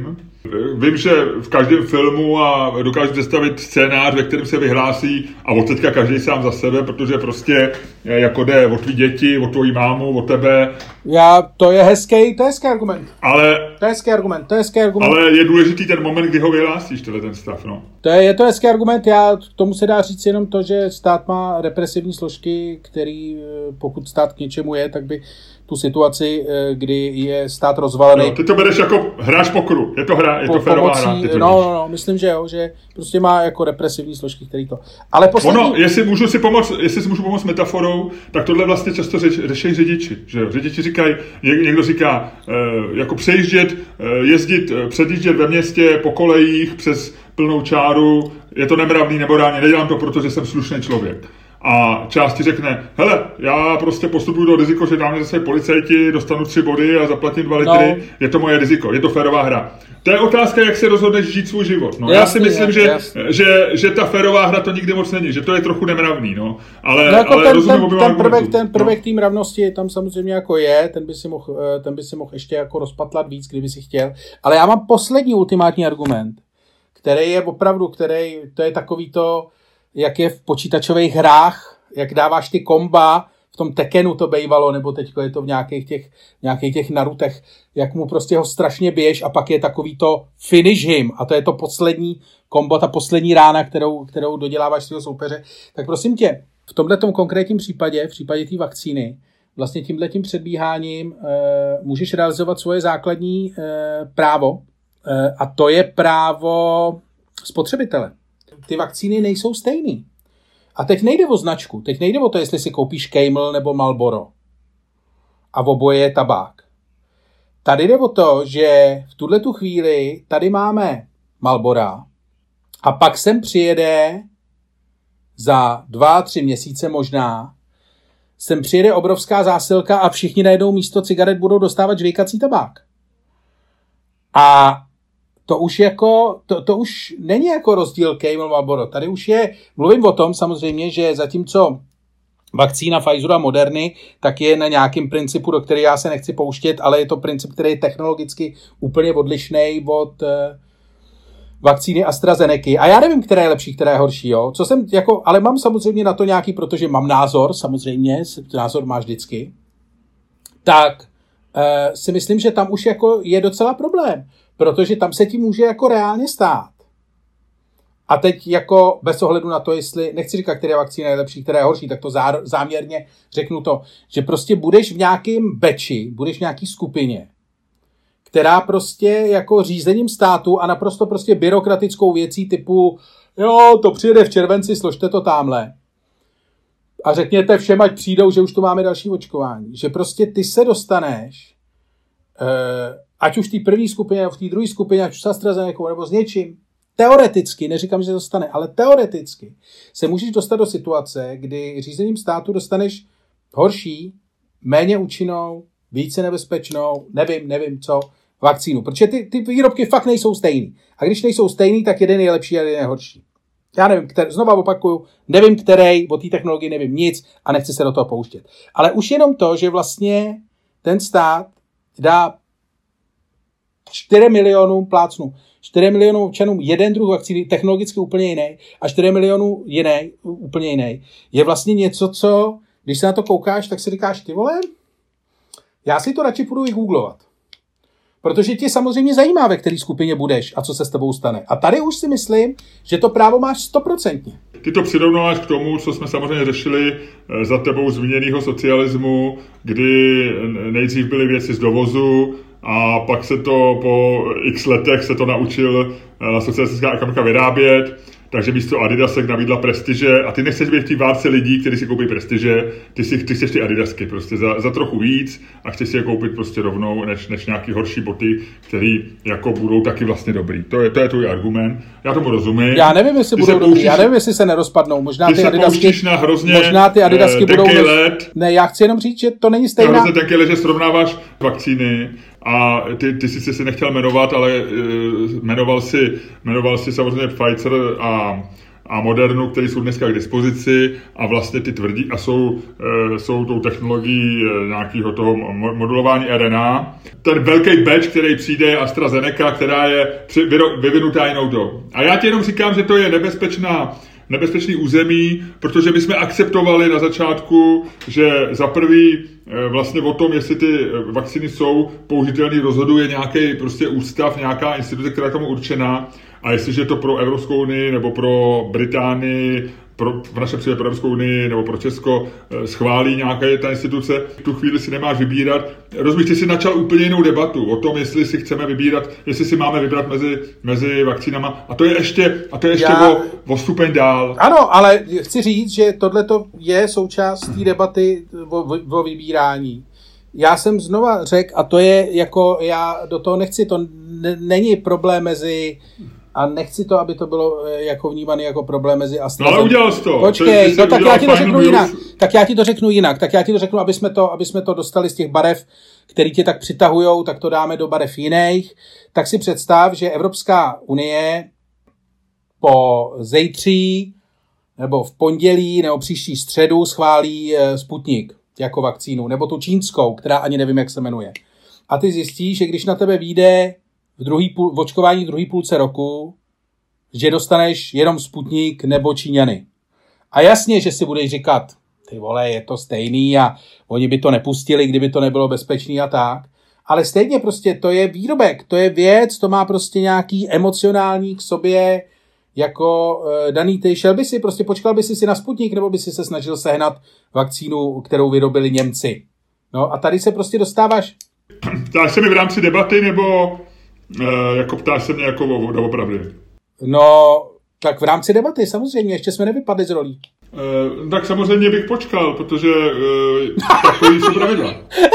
Vím, že v každém filmu a dokážu představit scénář, ve kterém se vyhlásí a od teďka každý sám za sebe, protože prostě jako jde o tvý děti, o tvoji mámu, o tebe. To je hezký argument. To je hezký argument. Ale je důležitý ten moment, kdy ho vyhlásíš, ten stav, no. Je to hezký argument, k tomu se dá říct jenom to, že stát má represivní složky, který pokud stát k něčemu je, tak by tu situaci, kdy je stát rozvalený. Ty to bereš jako hráč pokru, je to hra, je to férová hra. No, myslím, že jo, že prostě má jako represivní složky, který to. Ale poslední... jestli si můžu pomoct metaforou, tak tohle vlastně často řeší řidiči, že jo. Řidiči říkají, někdo říká, jako předjíždět ve městě po kolejích přes plnou čáru, je to nemravný nebo reálně, nedělám to, protože jsem slušný člověk. A část ti řekne, hele, já prostě postupuju do riziko, že dám mě zase policajti, dostanu 3 body a zaplatím 2 litry, je to moje riziko, je to férová hra. To je otázka, jak se rozhodneš žít svůj život. No, já si myslím, že ta férová hra to nikdy moc není, že to je trochu nemravný, no. Ale rozumím oběma argumentům. Ten prvek té mravnosti tam samozřejmě jako je, ten by si mohl ještě jako rozpatlat víc, kdyby si chtěl. Ale já mám poslední ultimátní argument, který je opravdu, to je takový to, jak je v počítačových hrách, jak dáváš ty komba, v tom Tekenu to bejvalo, nebo teďko je to v nějakých těch Narutech, jak mu prostě ho strašně biješ a pak je takový to finish him a to je to poslední kombo, ta poslední rána, kterou doděláváš svého soupeře. Tak prosím tě, v tomhletom konkrétním případě, v případě té vakcíny, vlastně tímhletím předbíháním můžeš realizovat svoje základní právo a to je právo spotřebitele. Ty vakcíny nejsou stejný. A teď nejde o značku, teď nejde o to, jestli si koupíš Camel nebo Marlboro. A v oboje je tabák. Tady jde o to, že v tuhletu chvíli tady máme Marlbora a pak sem přijede za 2-3 měsíce možná, sem přijede obrovská zásilka a všichni najednou místo cigaret budou dostávat žvejkací tabák. A to už není jako rozdíl Camel Marlboro. Tady už mluvím o tom samozřejmě, že zatímco vakcína Pfizeru a Moderny, tak je na nějakém principu, do které já se nechci pouštět, ale je to princip, který je technologicky úplně odlišný od vakcíny AstraZeneca. A já nevím, která je lepší, která je horší, jo. Ale mám samozřejmě na to nějaký, protože mám názor, samozřejmě, názor máš vždycky, tak si myslím, že tam už jako je docela problém. Protože tam se ti může jako reálně stát. A teď jako bez ohledu na to, jestli, nechci říkat, která vakcína je lepší, která je horší, tak to záměrně řeknu to, že prostě budeš v nějakém beči, budeš v nějaký skupině, která prostě jako řízením státu a naprosto prostě byrokratickou věcí typu, jo, to přijede v červenci, složte to támhle. A řekněte všem, ať přijdou, že už tu máme další očkování. Že prostě ty se dostaneš ať už v té první skupině, nebo v té druhé skupině, ať už s AstraZeneca, nebo s něčím, teoreticky, neříkám, že se dostane, ale teoreticky se můžeš dostat do situace, kdy řízením státu dostaneš horší, méně účinnou, více nebezpečnou, nevím co, vakcínu. Protože ty výrobky fakt nejsou stejný. A když nejsou stejný, tak jeden je lepší a jeden je horší. Já nevím, znova opakuju, nevím který, o té technologii nevím nic a nechci se do toho pouštět. Ale už jenom to, že vlastně ten stát dá 4 milionům plácnu, 4 milionů občanům jeden druh vakcíny, technologicky úplně jiný, a 4 milionů jiný, úplně jiný, je vlastně něco, co, když se na to koukáš, tak si říkáš, ty vole, já si to radši půjdu vygooglovat. Protože tě samozřejmě zajímá, ve které skupině budeš a co se s tebou stane. A tady už si myslím, že to právo máš 100%. Ty to přirovnáváš k tomu, co jsme samozřejmě řešili za tebou zmíněného socialismu, kdy nejdřív byly věci z dovozu a pak se to po x letech se to naučil socialistická ekonomika vyrábět. Takže místo Adidasek nabídla prestiže a ty nechceš být v té várce lidí, kteří si koupí prestiže, ty chceš ty Adidasky prostě za trochu víc a chceš si je koupit prostě rovnou, než nějaký horší boty, který jako budou taky vlastně dobrý. To je tvůj argument. Já tomu rozumím. Já nevím, jestli budou dobrý, já nevím, jestli se nerozpadnou. Možná ty Adidasky budou... Ne, já chci jenom říct, že to není stejná... Hrozně tenký let, že srovnáváš vakcíny a ty si nechtěl jmenovat, ale jmenoval si samozřejmě Pfizer a a Modernu, které jsou dneska k dispozici a vlastně ty tvrdí a jsou tou technologií nějakého toho modulování RNA. Ten velký batch, který přijde, je AstraZeneca, která je vyvinutá jinou tou. A já ti jenom říkám, že to je nebezpečný území, protože my jsme akceptovali na začátku, že za prvý vlastně o tom, jestli ty vakcíny jsou použitelné, rozhoduje nějaký prostě ústav, nějaká instituce, která je tomu určená, a jestliže to pro Evropskou unii nebo pro Británii, v našem případě pro Evropskou unii nebo pro Česko schválí nějaká ta instituce, v tu chvíli si nemáš vybírat. Rozumíš, ty si načal úplně jinou debatu o tom, jestli si chceme vybírat, jestli si máme vybrat mezi vakcínama. A to je ještě o stupeň dál. Ano, ale chci říct, že tohleto je součást té debaty o vybírání. Já jsem znova řekl, a to je jako, já do toho nechci, to není problém mezi, a nechci to, aby to bylo jako vnímané jako problém mezi AstraZeneca. No ale udělal jsi to. Počkej, no tak já ti to řeknu jinak. Tak já ti to řeknu, aby jsme to dostali z těch barev, který tě tak přitahujou, tak to dáme do barev jiných. Tak si představ, že Evropská unie po zítří, nebo v pondělí, nebo příští středu schválí Sputnik jako vakcínu, nebo tu čínskou, která ani nevím, jak se jmenuje. A ty zjistíš, že když na tebe vyjde v očkování v druhé půlce roku, že dostaneš jenom Sputnik nebo Číňany. A jasně, že si budeš říkat, ty vole, je to stejný a oni by to nepustili, kdyby to nebylo bezpečný a tak. Ale stejně prostě to je výrobek, to je věc, to má prostě nějaký emocionální k sobě jako daný, ty šel by si, prostě počkal by si na Sputnik, nebo by si se snažil sehnat vakcínu, kterou vyrobili Němci. No a tady se prostě dostáváš. Ptáš se mi v rámci debaty, nebo jako ptáš se mě jako doopravdy? No, tak v rámci debaty, samozřejmě, ještě jsme nevypadli z rolí. Tak samozřejmě bych počkal, protože takový jsou pravidla.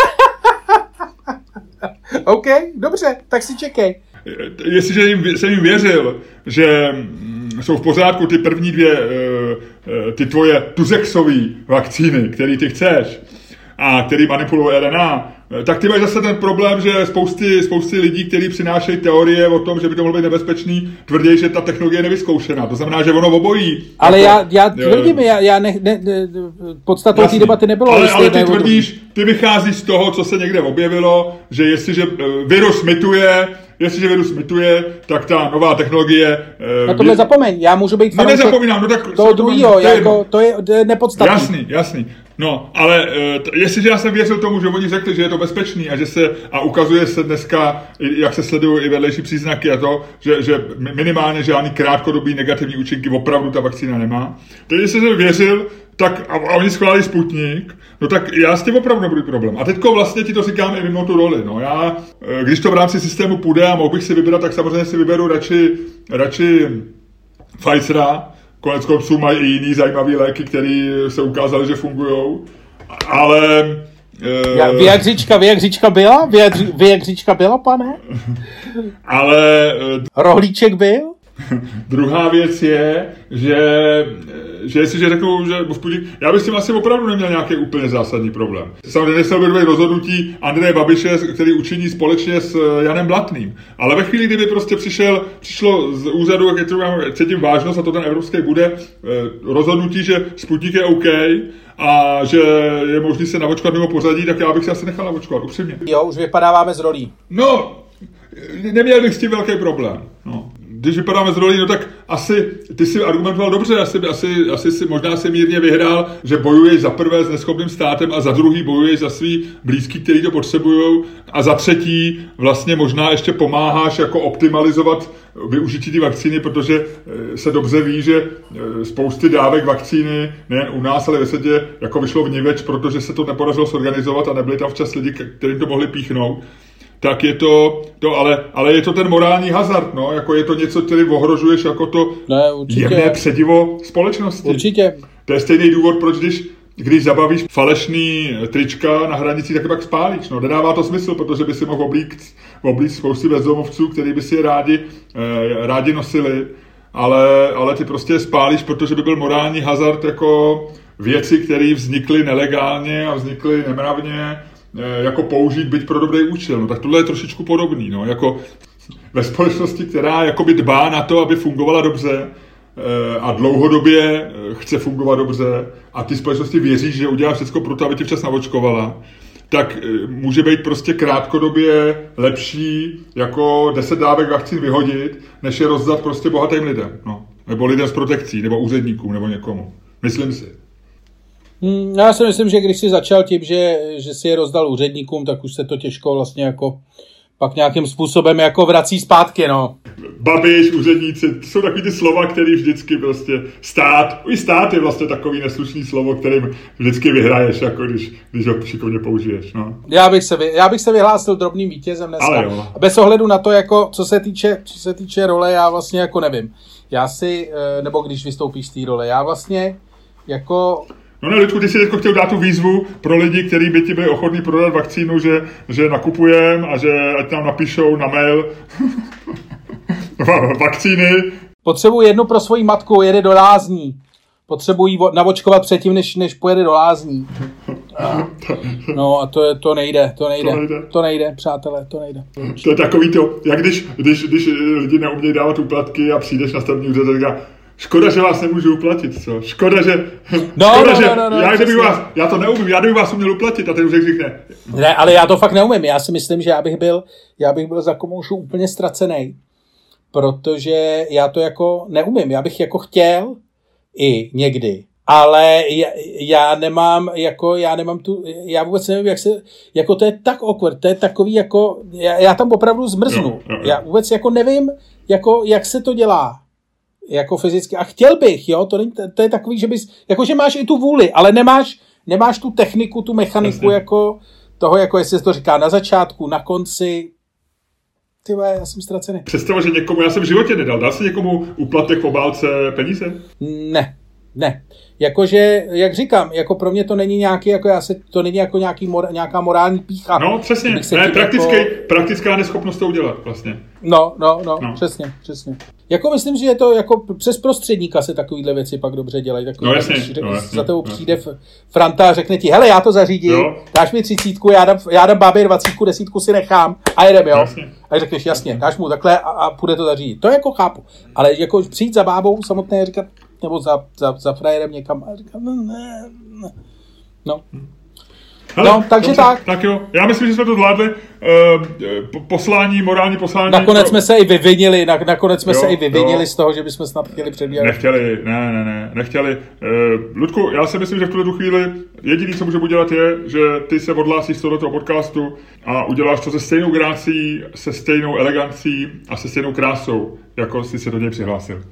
OK, dobře, tak si čekej. Jestliže jsem jim věřil, že jsou v pořádku ty první dvě, ty tvoje tuzexový vakcíny, který ty chceš a který manipulují RNA, tak ty máš zase ten problém, že spousty lidí, kteří přinášejí teorie o tom, že by to mohlo být nebezpečný, tvrdí, že ta technologie je nevyzkoušená. To znamená, že ono obojí. Ale jako, já tvrdím, podstatou té debaty nebylo. Ale ty tvrdíš, ty vycházíš z toho, co se někde objevilo, že jestliže virus mituje, tak ta nová technologie... Na tohle zapomeň, já můžu být fanoušek nezapomínám, no tak... toho druhýho, jako, to je nepodstatný. Jasný. No, ale jestliže já jsem věřil tomu, že oni řekli, že je to bezpečný a ukazuje se dneska, jak se sledují i vedlejší příznaky a to, že minimálně žádný krátkodobý negativní účinky opravdu ta vakcína nemá. Teď jestli jsem věřil, tak a oni schválili Sputnik, no tak já s tím opravdu nebudu problém. A teďko vlastně ti to říkám i mimo tu roli. No já, když to v rámci systému půjde a mohl bych si vybrat, tak samozřejmě si vyberu radši Pfizera. Koneckonců mají i jiný zajímavý léky, které se ukázaly, že fungujou, ale... Vyjadřička byla, pane? Ale... Rohlíček byl? Druhá věc je, že jestliže řeknu, že já bych s tím asi opravdu neměl nějaký úplně zásadní problém. Samozřejmě nesel by dvě rozhodnutí Andreje Babiše, který učiní společně s Janem Blatným. Ale ve chvíli, kdyby prostě přišlo z úřadu, který cítím vážnost, a to ten evropský bude, rozhodnutí, že Sputnik je OK a že je možný se navočkovat mimo pořadí, tak já bych se asi nechal navočkovat, upřímně. Jo, už vypadáváme z rolí. No, neměl bych s tím velký problém, no. Když vypadáme z rolí, no tak asi ty si argumentoval dobře, asi si možná si mírně vyhrál, že bojuješ za prvé s neschopným státem a za druhý bojuješ za svý blízký, který to potřebujou, a za třetí vlastně možná ještě pomáháš jako optimalizovat využití ty vakcíny, protože se dobře ví, že spousty dávek vakcíny, nejen u nás, ale ve světě, jako vyšlo vniveč, protože se to nepodařilo zorganizovat a nebyli tam včas lidi, kterým to mohli píchnout. Tak je to ale je to ten morální hazard, no, jako je to něco, který ohrožuješ jako to jemné předivo společnosti. Určitě. To je stejný důvod, proč když zabavíš falešný trička na hranici, tak pak spálíš, no, nedává to smysl, protože by si mohl oblíct spousty bezdomovců, který by si je rádi nosili, ale ty prostě spálíš, protože by byl morální hazard jako věci, které vznikly nelegálně a vznikly nemravně, jako použít, byť pro dobrý účel. No tak tohle je trošičku podobný. No, jako ve společnosti, která jakoby dbá na to, aby fungovala dobře, a dlouhodobě chce fungovat dobře a ty společnosti věří, že udělá všechno pro to, aby tě včas navočkovala, tak může být prostě krátkodobě lepší jako 10 dávek vakcín vyhodit, než je rozdat prostě bohatým lidem. No. Nebo lidem s protekcí, nebo úředníkům, nebo někomu. Myslím si. Já si myslím, že když jsi začal tím, že si je rozdal úředníkům, tak už se to těžko vlastně jako pak nějakým způsobem jako vrací zpátky, no. Babiš, úředníci, to jsou takový ty slova, který vždycky prostě stát je vlastně takový neslušný slovo, kterým vždycky vyhraješ, jako když ho šikovně použiješ, no. Já bych se vyhlásil drobným vítězem dneska. Bez ohledu na to, jako, co se týče role, já vlastně jako nevím. Já si, nebo když vystoupíš z té role, já vlastně jako... No ne, Ludku, ty jsi teď chtěl dát tu výzvu pro lidi, kteří by ti byli ochotní prodat vakcínu, že nakupujeme a že ať nám napíšou na mail vakcíny. Potřebuji jednu pro svoji matku, jede do lázní. Potřebuji navočkovat předtím, než pojede do lázní. No a to nejde, přátelé, to nejde. To je takový to, jak když lidi neumějí dávat úplatky a přijdeš na stavební úřad a říká, škoda, že vás nemůžu uplatit, co? Škoda, že já to neumím, já kdybych vás uměl uplatit a ten už řekne. Ne, ale já to fakt neumím, já si myslím, že já bych byl za komoušu úplně ztracený, protože já to jako neumím, já bych jako chtěl i někdy, ale já vůbec nevím, jak se, jako to je tak awkward, to je takový jako, já tam opravdu zmrznu, já vůbec jako nevím, jako jak se to dělá. Jako fyzicky. A chtěl bych, jo, to je takový, že bys, jako že máš i tu vůli, ale nemáš tu techniku, tu mechaniku, jasně. Jako toho, jako jestli se to říká na začátku, na konci. Ty vole, já jsem ztracený. Představa, že někomu, já jsem v životě nedal, dal jsi někomu úplatek v obálce peníze? Ne. Jakože, jak říkám, jako pro mě to není nějaký, jako to není jako nějaká morální pícha. No, přesně. Ne, praktická neschopnost to udělat, vlastně. No. Přesně. Jako myslím, že je to jako přes prostředníka se takovýhle věci pak dobře dělají. No jasně. Za tebou přijde Franta a řekne ti, hele, já to zařídím, dáš mi 30, já dám bábě 20, 10 si nechám a jedem, jo. Jasně. A řekneš, jasně, dáš mu takhle a půjde to zařídit. To jako chápu. Ale jako přijít za bábou samotné říkat, nebo za frajerem někam a říkat, ne. No. Hele, no, takže dobře, tak jo, já myslím, že jsme to zvládli, morální poslání. Nakonec jsme se i vyvinili, z toho, že bychom snad chtěli předbíhat. Nechtěli. Ludku, já si myslím, že v tuto chvíli jediný, co můžeme udělat je, že ty se odhlásíš z tohoto podcastu a uděláš to se stejnou grácí, se stejnou elegancí a se stejnou krásou, jako jsi se do něj přihlásil.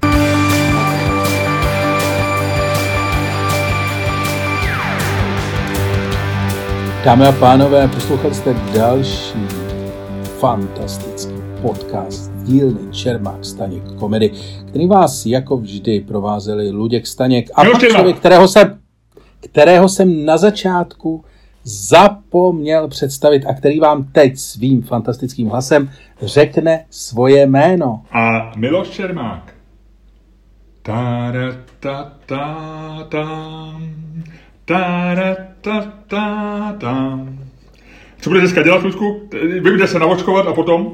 Dámy a pánové, poslouchali jste další fantastický podcast dílny Čermák Staněk Komedy, který vás jako vždy provázeli Luděk Staněk a pak člověk, kterého jsem na začátku zapomněl představit a který vám teď svým fantastickým hlasem řekne svoje jméno. A Miloš Čermák. Co bude dneska dělat, Luďku? Vy budete se navočkovat a potom?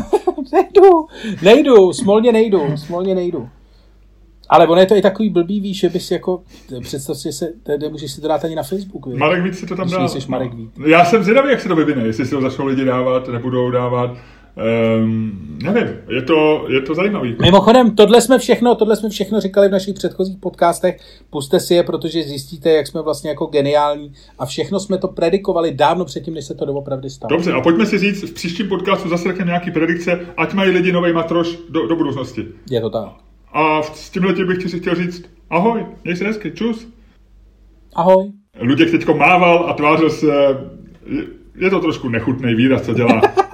Nejdu, smolně nejdu. Ale ono je to i takový blbý, víš, že bys jako, představ si se, nemůžeš si to dát ani na Facebooku. Víš? Marek Vít si to tam dá. Marek Vít. Já jsem zvědavý, jak se to vyvine, jestli si to začnou lidi dávat, nebudou dávat. Nevím, je to zajímavý. Mimochodem, tohle jsme všechno říkali v našich předchozích podcastech. Pusťte si je, protože zjistíte, jak jsme vlastně jako geniální a všechno jsme to predikovali dávno předtím, než se to doopravdy stalo. Dobře, a pojďme si říct, v příštím podcastu zase nějaký predikce, ať mají lidi novej matroš do budoucnosti. Je to tak. A s tímhletím bych si chtěl říct ahoj, měj se hezky, čus. Ahoj. Luděk teďko mával a tvářil se, je to trošku nechutný výraz, co dělá.